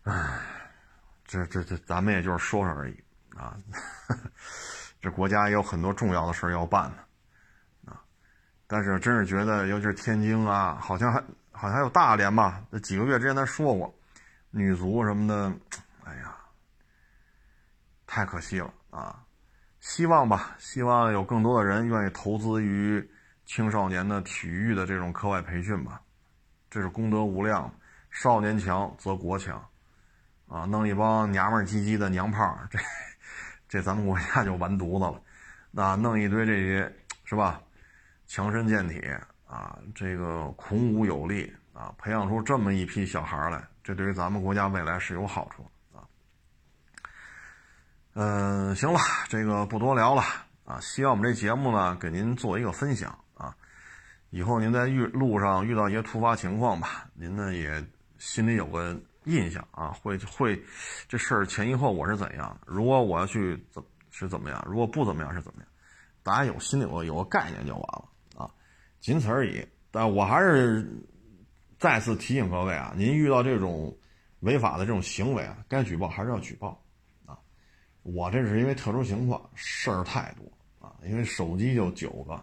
这咱们也就是说说而已啊。这国家也有很多重要的事要办呢啊。但是真是觉得，尤其是天津啊，好像还有大连吧，这几个月之前他说过，女足什么的，哎呀，太可惜了啊。希望吧，希望有更多的人愿意投资于青少年的体育的这种课外培训吧，这是功德无量。少年强则国强啊，弄一帮娘们唧唧的娘炮，这咱们国家就完犊子了。那弄一堆这些是吧，强身健体啊，这个孔武有力啊，培养出这么一批小孩来，这对于咱们国家未来是有好处啊。行了，这个不多聊了啊。希望我们这节目呢给您做一个分享啊。以后您在路上遇到一些突发情况吧，您呢也心里有个印象啊，会这事儿前因后果是怎样的？如果我要去是怎么样？如果不怎么样是怎么样？大家心里有个概念就完了啊，仅此而已。但我还是再次提醒各位啊，您遇到这种违法的这种行为啊，该举报还是要举报啊。我这是因为特殊情况，事儿太多啊，因为手机就9个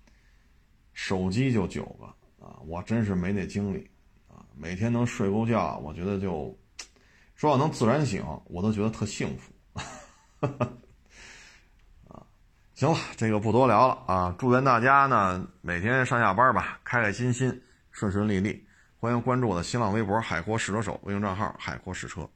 啊，我真是没那精力啊。每天能睡够觉，我觉得就说要能自然醒，我都觉得特幸福。行了，这个不多聊了啊！祝愿大家呢每天上下班吧，开开心心，顺顺利利。欢迎关注我的新浪微博海阔试车手微信账号海阔试车。